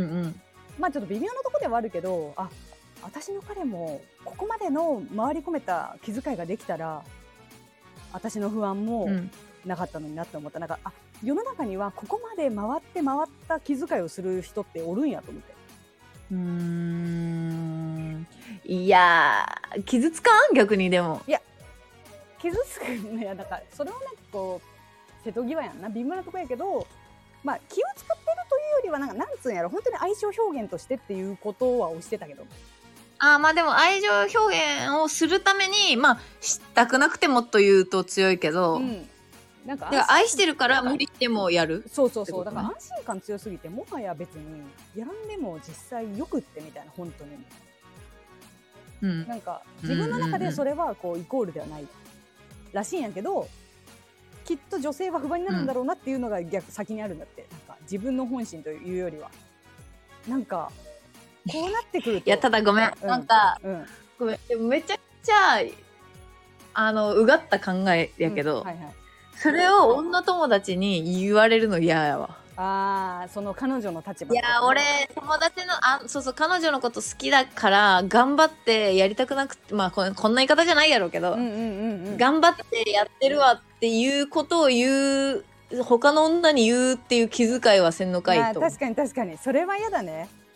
まあちょっと微妙なとこではあるけど、あ、私の彼もここまでの回り込めた気遣いができたら私の不安もなかったのになって思った。なんか、あ、世の中にはここまで回って回った気遣いをする人っておるんやと思って。うーん、いやー、傷つかん逆に。でもいや傷つくいやだからそれはなんかこう瀬戸際やんな、微妙なとこやけど、まあ気を使ってるというよりはなんかなんつうんやろ、本当に愛情表現としてっていうことは推してたけど。あ、まあでも愛情表現をするために、まあしたくなくてもというと強いけど、うん、なんか愛してるから無理してもやる。そうそうそう、だから安心感強すぎてもはや別にやらんでも実際よくってみたいな、本当に、うん、なんか自分の中でそれはこうイコールではないらしいんやけど、きっと女性は不安になるんだろうなっていうのが逆先にあるんだって。なんか自分の本心というよりはなんかこうなってくるといや、ただごめん、うん、なんか、うん、ごめん、でもめちゃくちゃあのうがった考えやけど、うん、はいはい、それを女友達に言われるの嫌やわ。ああ、その彼女の立場。いや、俺友達のあそうそう彼女のこと好きだから頑張ってやりたくなくて、まあこんこんな言い方じゃないやろうけど、うんうんうんうん、頑張ってやってるわっていうことを言う、他の女に言うっていう気遣いはせんのかいと。確かに確かにそれは嫌だね。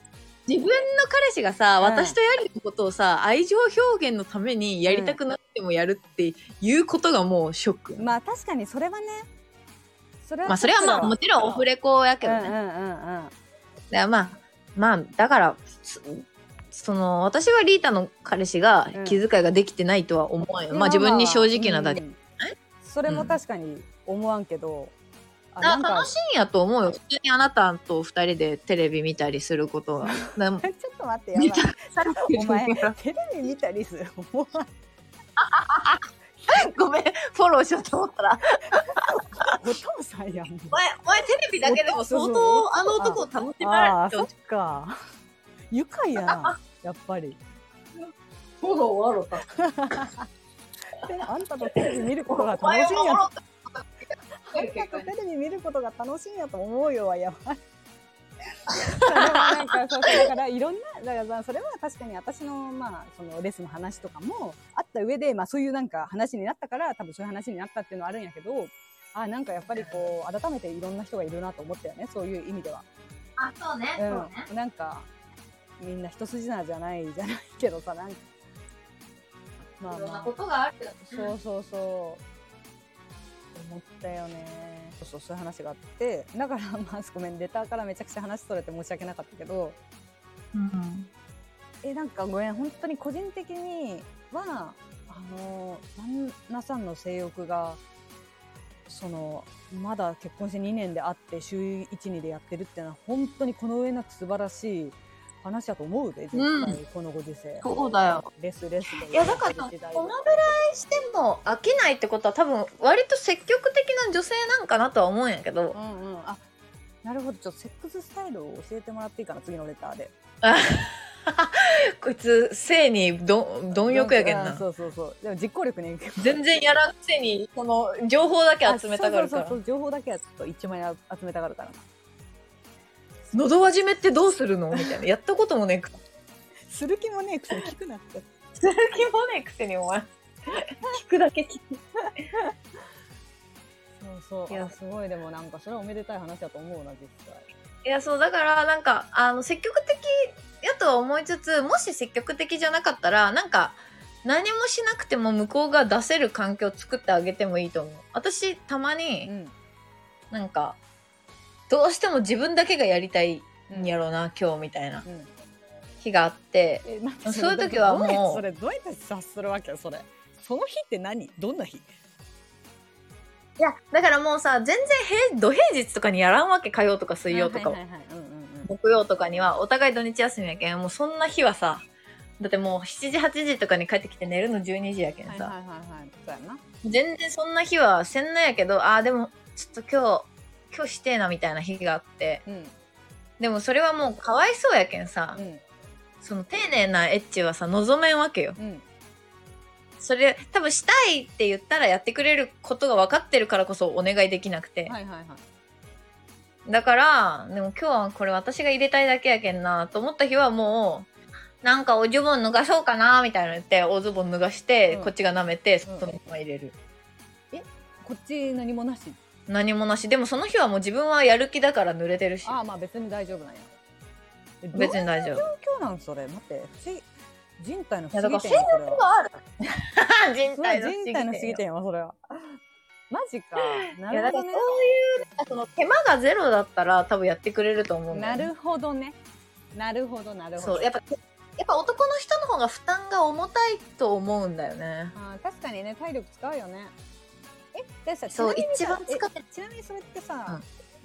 自分の彼氏がさ、 うん私とやることをさ、愛情表現のためにやりたくなってもやるっていうことがもうショック。 まあ確かにそれはね。それはまあそれはまあもちろんオフレコやけどね。 うんうんうんうん。 だからまあ、まあだから、そその私はリータの彼氏が気遣いができてないとは思わんよ。 うんまあ自分に正直なだけ。 うんそれも確かに思わんけど。あだなんか楽しいんやと思うよ。普通にあなたと二人でテレビ見たりすることが。だちょっと待ってやばい。お前テレビ見たりする思わん。 ごめん、フォローしようと思ったら。 お父さんやん。 お前、お前テレビだけでも相そうそう当あの男を楽しまああ、そっれるってか。愉快やな、やっぱり。 フォロー終わろうか。 あんたとテレビ見ることが楽しいんや。あんたとテレビ見ることが楽しいんやと思うよはやばい。でもなんかそうそうだからいろんなだからそれは確かに私のまあそのレスの話とかもあった上でまあそういうなんか話になったから多分そういう話になったっていうのはあるんやけど、あなんかやっぱりこう改めていろんな人がいるなと思ったよね、そういう意味では。 あ、そうね。 うん、 そうね。 なんかみんな一筋縄じゃないじゃないけどさ、なんかまあいろんなまあことがあるよね。 そうそうそう思ったよね。そうそうそういう話があってだからまあごめんレターからめちゃくちゃ話それて申し訳なかったけど、 うんえなんかごめん本当に個人的にはあの旦那さんの性欲がそのまだ結婚してにねんで会って週いち、にでやってるっていうのは本当にこの上なく素晴らしい話だと思うで、絶対、うん、このご時世。 そうだよ。 レスレスで。 いやだからこのぐらいしても飽きないってことは多分割と積極的な女性なんかなとは思うんやけど。 うんうん。あ、なるほど。ちょっとセックススタイルを教えてもらっていいかな、次のレターで。 こいつ性にど貪欲やけんな。 そうそうそう。でも実行力ね。 全然やらんくせにこの情報だけ集めたがるから。 そうそうそう情報だけはちょっと一枚集めたがるからな。 喉輪締めってどうするのみたいな。やったこともねえくする気もねえくせに聞くなって。 する気もねえくせにお前聞くだけ聞く。 そうそう。いやすごいでもなんかそれはおめでたい話だと思うな実際。 いやそうだからなんかあの積極的やとは思いつつ、もし積極的じゃなかったらなんか何もしなくても向こうが出せる環境を作ってあげてもいいと思う。私たまに、うん、なんかどうしても自分だけがやりたいんやろうな、うん、今日みたいな日があって、うん、そういう時はもうそれどうやって察するわけよそれ。その日って何？どんな日？ いやだからもうさ全然平土平日とかにやらんわけ、火曜とか水曜とか木曜とかにはお互い土日休みやけん、もうそんな日はさだってもうしちじはちじとかに帰ってきて寝るのじゅうにじやけんさ、はいはいはいはい、そうやな。全然そんな日はせんのやけど、あーでもちょっと今日今日してえなみたいな日があって、うん、でもそれはもうかわいそうやけんさ、うん、その丁寧なエッチはさ望めんわけよ、うん、それ多分したいって言ったらやってくれることが分かってるからこそお願いできなくて、はいはいはい、だからでも今日はこれ私が入れたいだけやけんなと思った日はもうなんかおズボン脱がそうかなみたいなの言っておズボン脱がして、うん、こっちが舐めてそのまま入れる、 うん、えこっち何もなし？ 何もなし。でもその日はもう自分はやる気だから濡れてるし。 ああまあ別に大丈夫なんや。 別に大丈夫。 どういう状況なんそれ。待って人体の不思議点や。 だから性欲がある。人体の不思議点。 人体の不思議点はそれは。マジか。 なるほどね。いやだからそういうその手間がゼロだったら多分やってくれると思うんだよね。 なるほどね。なるほどなるほど。 そうやっぱやっぱ男の人の方が負担が重たいと思うんだよね。 あ確かにね体力使うよね。えでさそう一番使ってちなみにそれってさ、うん、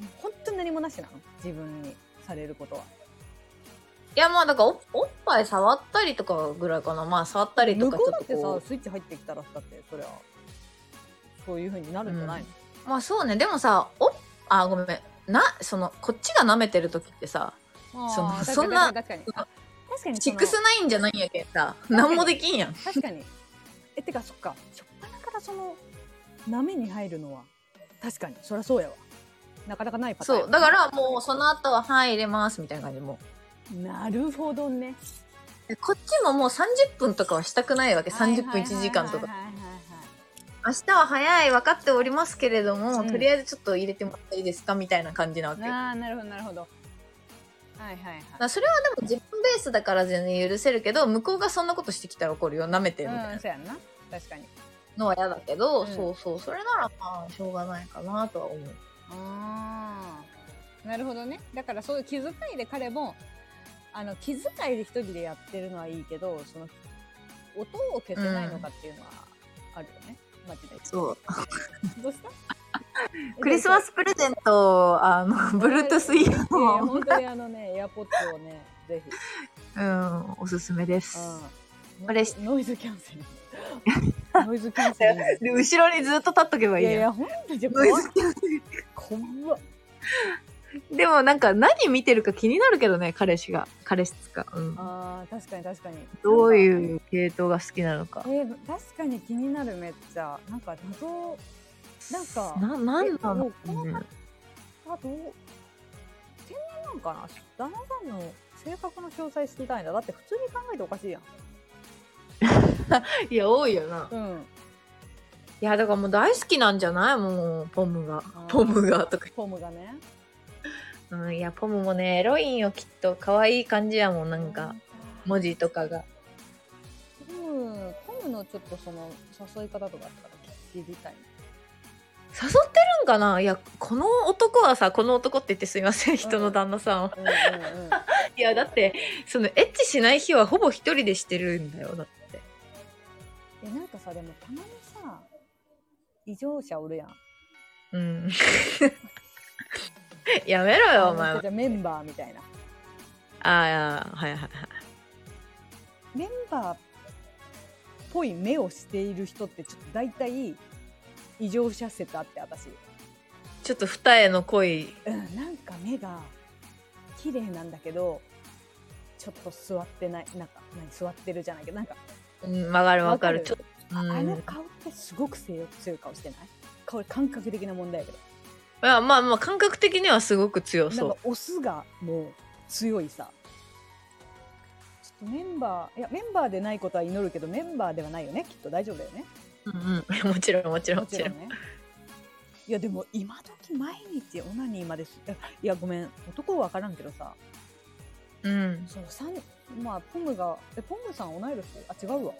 本当に何もなしなの？自分にされることは。 いやまあだから お, おっぱい触ったりとかぐらいかな。まあ触ったりとかちょっとこう。 向こうだってさスイッチ入ってきたらだってそれはそういう風になるんじゃないの？ うん、まあそうね。でもさおあごめんなそのこっちが舐めてる時ってさそのそんな確かに確かにシックスナインじゃないんやけんさ何もできんやん。 確かにえてかそっかしょっぱなからその舐めに入るのは確かにそりゃそうやわ。なかなかないパターン。 そうだからもうその後ははい入れますみたいな感じも。 なるほどね。 こっちももうさんじゅっぷんとかはしたくないわけ。さんじゅっぷんいちじかんとか。明日は早い分かっておりますけれども、うん、とりあえずちょっと入れてもらっていいですかみたいな感じなわけ。 ああなるほどなるほど。 はいはいはい。 まあ、それはでも自分ベースだから全然許せるけど、向こうがそんなことしてきたら怒るよ、舐めてるみたいな、 うん、そうやんな。確かに。 のは嫌だけど、 うん、 そうそう、それならまあしょうがないかなとは思う。 ああ、なるほどね。だからそういう気遣いで彼もあの気遣いで一人でやってるのはいいけど、その音を消せないのかっていうのはあるよね。マジで。 そう。 どうした？ クリスマスプレゼント、あの、Bluetooth イヤホン。 本当にあのね、エアポッドをね、ぜひ。 うん、おすすめです。 うん、これノイズキャンセル。ノイズキャンセル。 で、後ろにずっと立っとけばいいやん。いやいや、 ほんとじゃノイズキャンセル。 怖っ。 でもなんか何見てるか気になるけどね、彼氏が。彼氏か。うん。 ああ、確かに確かに。 どういう系統が好きなのか。 えー、確かに気になる、めっちゃ。なんか謎、なんか、 な、なんなの、ね、 この方どう、天然なんかな、旦那さんの性格の詳細知りたいんだ。だって普通に考えておかしいやん。 いや、多いよな。 うん。 いや、だからもう大好きなんじゃない？もう、ポムが。ポムがとか。 ポムがね。 うん、いや、ポムもね、エロいんよ、きっと。可愛い感じやもん、なんか、文字とかが。 ポム、ポムのちょっとその、誘い方とかあったら知りたい。 誘ってるんかな？いや、この男はさ、この男って言ってすいません、人の旦那さんは。うんうんうんうん、いや、だって、その、エッチしない日はほぼ一人でしてるんだよ、だって。 いや、なんかさ、でもたまにさ、異常者おるやん。 うん。やめろよ、お前は。 じゃメンバーみたいな。 ああ、はいはいはい。 メンバーっぽい目をしている人ってちょっと大体異常者説あって、私。 ちょっと二重の濃い。 うん、なんか目が綺麗なんだけど、ちょっと座ってない、なんか何座ってるじゃないけど、なんか。 うん、わかるわかる。ちょっと、 うん、あ, あの顔ってすごく強い顔してない？顔感覚的な問題やけど。 いや、まあまあ感覚的にはすごく強そう。 なんかオスがもう強いさ。ちょっとメンバー、いやメンバーでないことは祈るけど、メンバーではないよね、きっと大丈夫だよね。 うんうん、もちろんもちろんもちろん。 ね、いやでも今時毎日オナニーまです。いやごめん、男は分からんけどさ。 うん。 そうさん、まあポムがえポムさん同い年？あ違うわ。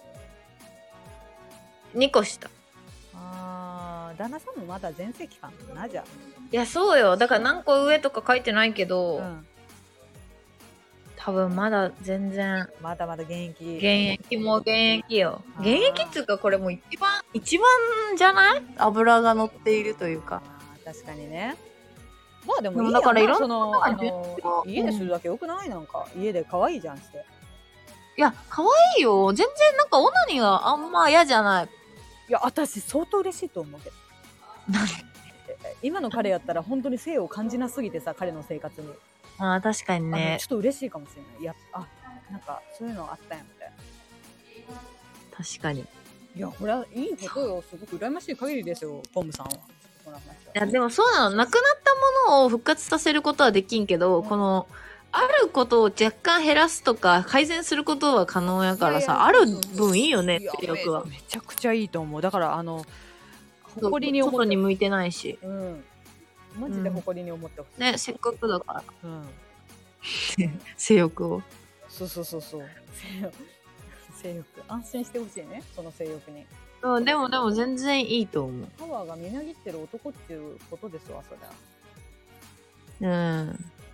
にこ下。 あー、旦那さんもまだ全盛期かな、じゃあ。 いやそうよ、だから何個上とか書いてないけど、うん、多分まだ全然まだまだ現役。 現役も現役よ。現役っつうかこれもう一番一番じゃない？油が乗っているというか。 確かにね。まあでもいいやんな、だからいろんなのあの家でするだけよくない？なんか家で可愛いじゃんして。 いや可愛いよ。全然なんかオナニーはあんま嫌じゃない。 いや私相当嬉しいと思うけど。今の彼やったら本当に性を感じなすぎてさ、彼の生活に。 ああ確かにね。 ちょっと嬉しいかもしれない。いや、あ、なんかそういうのあったんやみたいな。 確かに。 いや、これはいいことよ。すごく羨ましい限りですよ、ポムさんは。いやでもそうなの。なくなったものを復活させることはできんけど、うん、このあることを若干減らすとか改善することは可能やからさ、いやいやある分いいよねって欲は。 めちゃくちゃいいと思う。だからあの誇りに思って、外に向いてないし。 うん。マジで誇りに思ってほしい、 うん。ね、せっかくだから。 うん。 性欲を。 そうそうそうそう。性欲。性欲。安心してほしいね、その性欲に。 うん、でもでも全然いいと思う。 パワーがみなぎってる男っていうことですわ、そりゃ。 うん。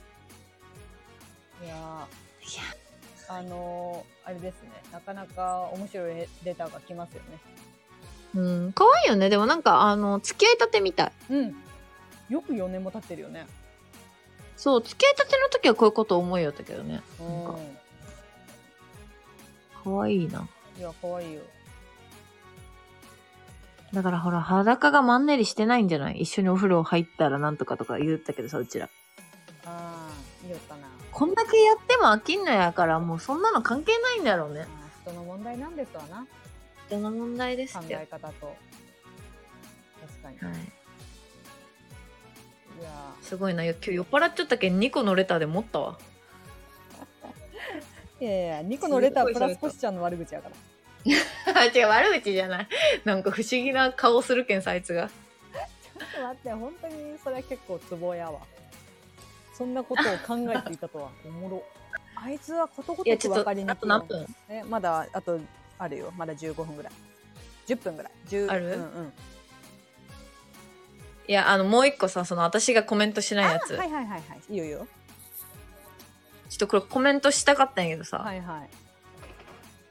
いやー、いやあのー、あれですね、なかなか面白いレターが来ますよね。 うん、可愛いよね。でもなんかあの付き合いたてみたい。 うん。よくよねんも経ってるよね。 そう、付き合いたての時はこういうこと思いよったけどね。うん。なんか可愛いな。 いや可愛いよ。 だからほら裸がマンネリしてないんじゃない？一緒にお風呂入ったらなんとかとか言ったけどさ、うちら。 ああ、言ったな。 こんだけやっても飽きんのやからもうそんなの関係ないんだろうね。 人の問題なんですわな。 人の問題ですって。 考え方と。確かに。はい。いやすごいな。今日酔っ払っちゃったけんにこのレターで持ったわ。 いやいや、にこのレタープラスコシちゃんの悪口やから。 違う、悪口じゃない。なんか不思議な顔するけんさ、あいつが。 ちょっと待って、本当にそれは結構ツボやわ。 そんなことを考えていたとはおもろ。あいつはことごいやちょっととく分かりにあと何分えまだあとあるよ。まだじゅうごふんぐらい。じゅっぷんぐらい。じゅうあるうんうん。 いやあのもう一個さ、その私がコメントしないやつ、 はいはいはいはい。いいよいいよ。 ちょっとこれコメントしたかったんやけどさ、 はいはい。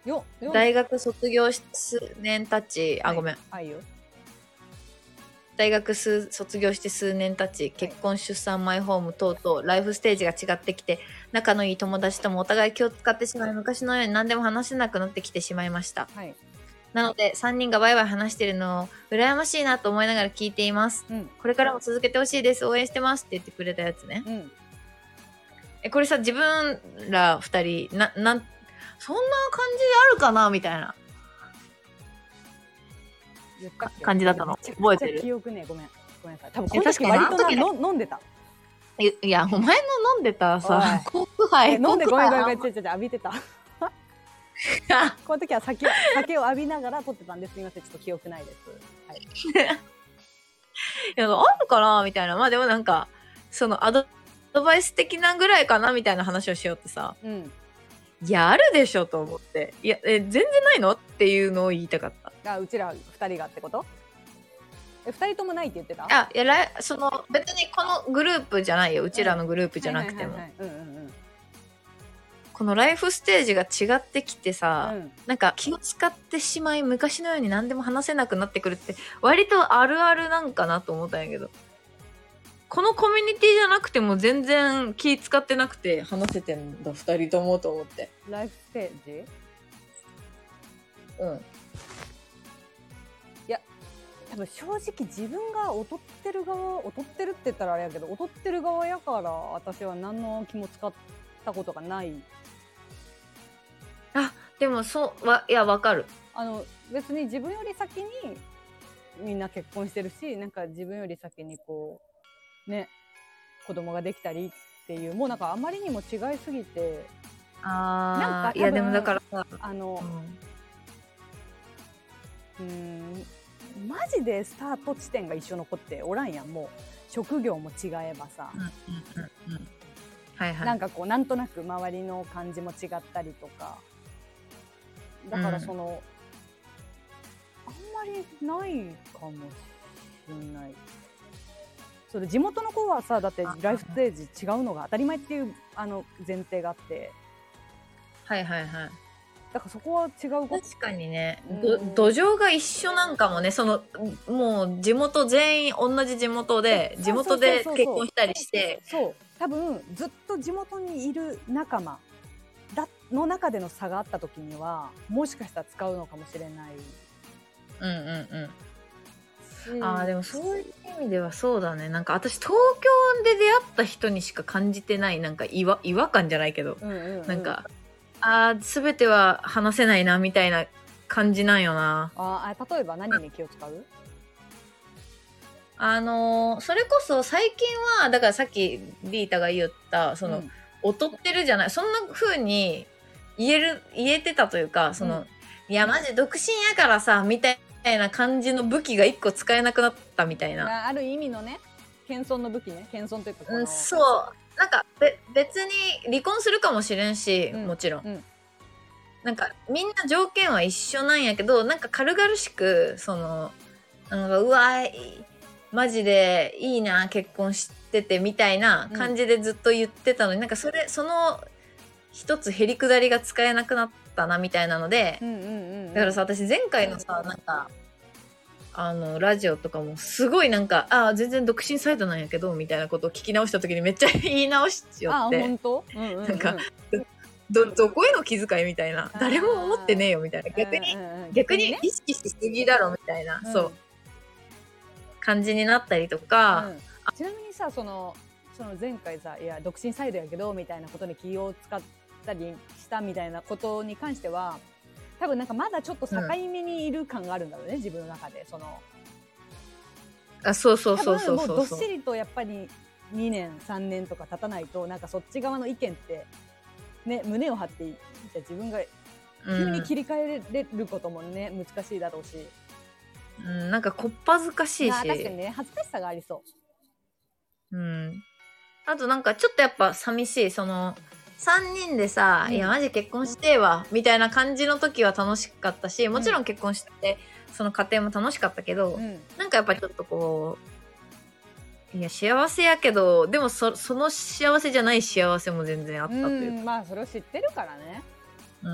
よよ大学卒業し数年経ち、あ、 はいごめん。 はいよ。 大学数卒業して数年経ち、結婚、出産、マイホーム等々、ライフステージが違ってきて、仲のいい友達ともお互い気を使ってしまい、昔のように何でも話せなくなってきてしまいました。 はい。 なので、さんにんがワイワイ話してるのを、羨ましいなと思いながら聞いています。 うん。 これからも続けてほしいです。応援してますって言ってくれたやつね。 うん。 え、これさ、自分ら二人、な、なん、そんな感じあるかなみたいな言ったっけ感じだったの。覚えてる？ 記憶ね、ごめん。ごめんなさい。多分この時割となの飲んでた。 いいや、お前の飲んでたさ、コープ杯。 飲んでごめんごめんごめん、ちょちょちょ浴びてた。この時は酒を酒を浴びながら撮ってたんです。すみません、ちょっと記憶ないです。はい。 いや、あるかなみたいな。まあでもなんか、そのアドバイス的なぐらいかなみたいな話をしようってさ。 うん。 いや、あるでしょと思って。いや、え、全然ないのっていうのを言いたかった。 あ、うちら二人がってこと？え、二人ともないって言ってた？ あ、いや、らその、別にこのグループじゃないよ。うちらのグループじゃなくても。このライフステージが違ってきてさ、うん、なんか気を使ってしまい、昔のように何でも話せなくなってくるって、割とあるあるなんかなと思ったんやけど。このコミュニティじゃなくても全然気使ってなくて話せてんだ、二人ともと思って。 ライフステージ？ うん。 いや、多分正直自分が劣ってる側、劣ってるって言ったらあれやけど、劣ってる側やから私は何の気も使ったことがない。 あ、でもそうわ、いや、わかる。 あの別に自分より先にみんな結婚してるし、なんか自分より先にこうね、子供ができたりっていう、もうなんかあまりにも違いすぎて、 あなんかいやでもだからさ、 あの、うん、うーんマジでスタート地点が一緒の子っておらんやん。もう職業も違えばさ、うんうんうんうん、はいはい、なんかこうなんとなく周りの感じも違ったりとか、だからその、うん、あんまりないかもしれない。それ地元の子はさ、だってライフステージ違うのが当たり前っていうあの前提があって、 はいはいはい。 だからそこは違う。 確かにね、土壌が一緒なんかもね。そのもう地元全員同じ地元で地元で結婚したりして、 そう多分ずっと地元にいる仲間だの中での差があった時にはもしかしたら使うのかもしれない。 うんうんうん。あーでもそういう意味ではそうだね。なんか私東京で出会った人にしか感じてないなんか違和、違和感じゃないけど、うんうんうん、なんかあー全ては話せないなみたいな感じなんよな。 ああ、例えば何に気を使う？ あのー、それこそ最近はだからさっきリータが言ったその、うん、劣ってるじゃない、そんな風に言える言えてたというか、その、うん、いやマジ独身やからさみたいな感じの武器が一個使えなくなったみたいな。 ある意味のね、謙遜の武器ね。謙遜というかこの、 うん、そうなんかべ別に離婚するかもしれんし、うん、もちろん、うん、なんかみんな条件は一緒なんやけど、なんか軽々しくそのなんかうわマジでいいな結婚しててみたいな感じでずっと言ってたのに、うん、なんかそれその一つへりくだりが使えなくなったなみたいなので、うんうんうんうん、だからさ私前回のさなんかあのラジオとかもすごいなんかあ全然独身サイトなんやけどみたいなことを聞き直した時にめっちゃ言い直しちゃって、あ本当、うんうんうん、なんかど, どこへの気遣いみたいな、誰も思ってねえよみたいな、逆に、うんうんうん、逆に意識しすぎだろみたいな、うん、そう感じになったりとか、うん、 ちなみにさそのその前回さいや独身サイドやけどみたいなことに気を使ったりしたみたいなことに関しては多分なんかまだちょっと境目にいる感があるんだろうね、うん、自分の中で。そのあそうそうそうそうそう、 多分もうどっしりとやっぱりにねんさんねんとか経たないとなんかそっち側の意見ってね胸を張ってじゃあ自分が急に切り替えれることもね、うん、難しいだろうし、 うん、なんかこっぱずかしいし、 確かにね恥ずかしさがありそう。 うんあとなんかちょっとやっぱ寂しい、その、さんにんでさ、 うんいやマジ結婚してえわ、みたいな感じの時は楽しかったし、もちろん結婚して、その家庭も楽しかったけど、 うん、 なんかやっぱちょっとこう、いや幸せやけど、でもそその幸せじゃない幸せも全然あったというか。 うん、まあそれを知ってるからね。 うん。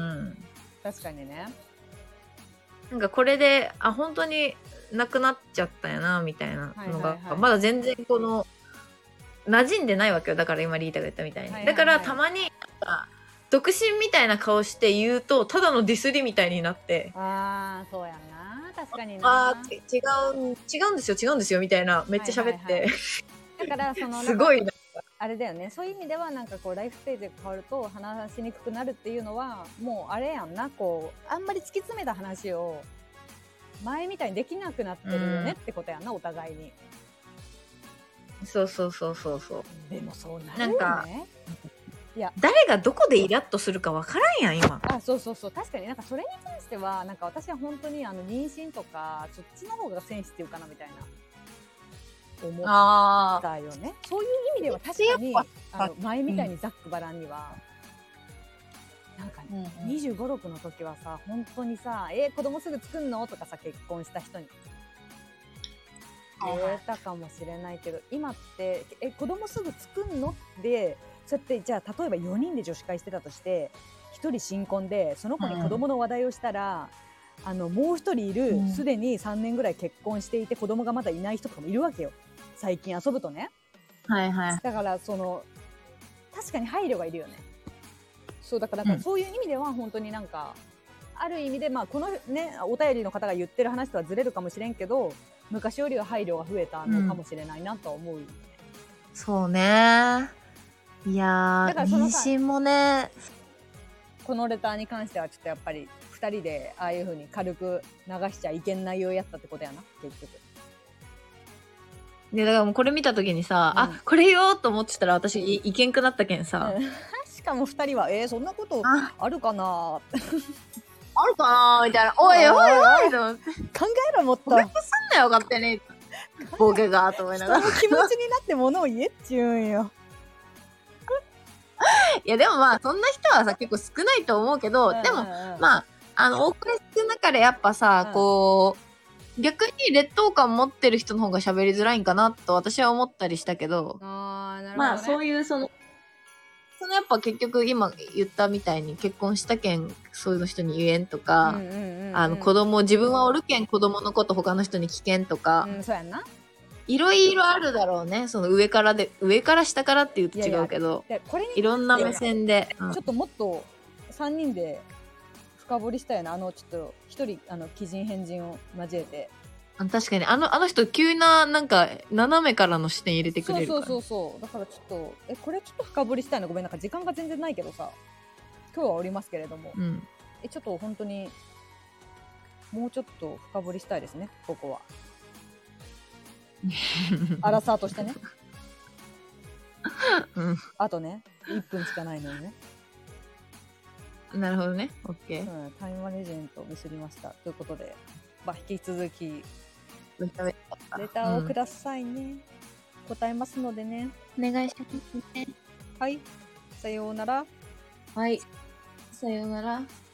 確かにね。 なんかこれで、あ、本当になくなっちゃったんやな、みたいなのが、 はいはいはい、 まだ全然この、馴染んでないわけよ。だから今リータが言ったみたいに。 はいはいはい、 だからたまに、独身みたいな顔して言うと、ただのディスりみたいになって。 ああ、そうやな。確かにな。 あー、違う、違うんですよ、違うんですよ、みたいな、めっちゃ喋って。はいはいはい、 だからその、 すごいな。 あれだよね。そういう意味では、なんかこう、ライフステージが変わると話しにくくなるっていうのは、もうあれやんな、こう、あんまり突き詰めた話を、前みたいにできなくなってるよねってことやんな、お互いに。 そうそうそうそうそう。 でもそうなるよね。 なんか、 いや、 誰がどこでイラッとするかわからんやん、今。 あ、そうそうそう。確かになんかそれに関しては、なんか私は本当にあの妊娠とか、そっちの方がセンシティブかなみたいな。思ったよね。そういう意味では確かに、あの前みたいにざっくばらんには、うん、なんかね、うんうん、にじゅうご、ろくの時はさ、本当にさ、えー、子供すぐ作んのとかさ、結婚した人に言えたかもしれないけど、今って、え、子供すぐ作んので、そうやって、じゃあ例えばよにんで女子会してたとして、ひとり新婚で、その子に子供の話題をしたら、うん、あの、もう一人いる、すで、うん、にさんねんぐらい結婚していて子供がまだいない人とかもいるわけよ。最近遊ぶとね。はいはい。だから、その、確かに配慮がいるよね。そう、だから、そういう意味では本当になんか、うん、ある意味で、まあ、このね、お便りの方が言ってる話とはずれるかもしれんけど、昔よりは配慮が増えたのかもしれないなとは思う、ね、うん。 そうね。いやー、妊娠もね。 このレターに関してはちょっとやっぱりふたりでああいう風に軽く流しちゃいけん内容やったってことやな、結局。 で、だからもうこれ見た時にさ、うん、あ、これ言おうと思ってたら私い、いけんくなったけんさ。 うん、しかもふたりは、えー、そんなことあるかなあるかなみたいな。おいおいおいと思って。 考えろもっと。 コメントすんなよ、勝手に。ボケが、と思いながら。 人の気持ちになってものを言えっちゅうんよ。 いや、でもまあ、そんな人はさ、結構少ないと思うけど、うんうんうん、でも、まあ、あの、多くの中でやっぱさ、うん、こう、逆に劣等感持ってる人の方が喋りづらいんかなと私は思ったりしたけど、 あー、なるほどね、 まあ、そういうその、そのやっぱ結局今言ったみたいに結婚したけんそういうの人に言えんとか、うんうんうんうん、あの子供自分はおるけん子供のこと他の人に聞けんとか、 うん、そうやんな。 いろいろあるだろうね。その上からで上から下からって言うと違うけど、いやいやこれにいろんな目線で、 うん、ちょっともっとさんにんで深掘りしたいな。あのちょっと一人あの奇人変人を交えて。 確かにあのあの人急ななんか斜めからの視点入れてくれるから。 そうそうそうそう。だからちょっとえこれちょっと深掘りしたいの。ごめんなんか時間が全然ないけどさ。今日はおりますけれども。うん、えちょっと本当にもうちょっと深掘りしたいですね。ここは。アラサーとしてね。うん。あとねいっぷんしかないのにね。 なるほどね。オッケー。 うん、タイムマネジメントをミスりましたということで、まあ引き続き。レターをくださいね、うん、答えますのでねお願いしますね。 はい、さようなら。 はい、さようなら。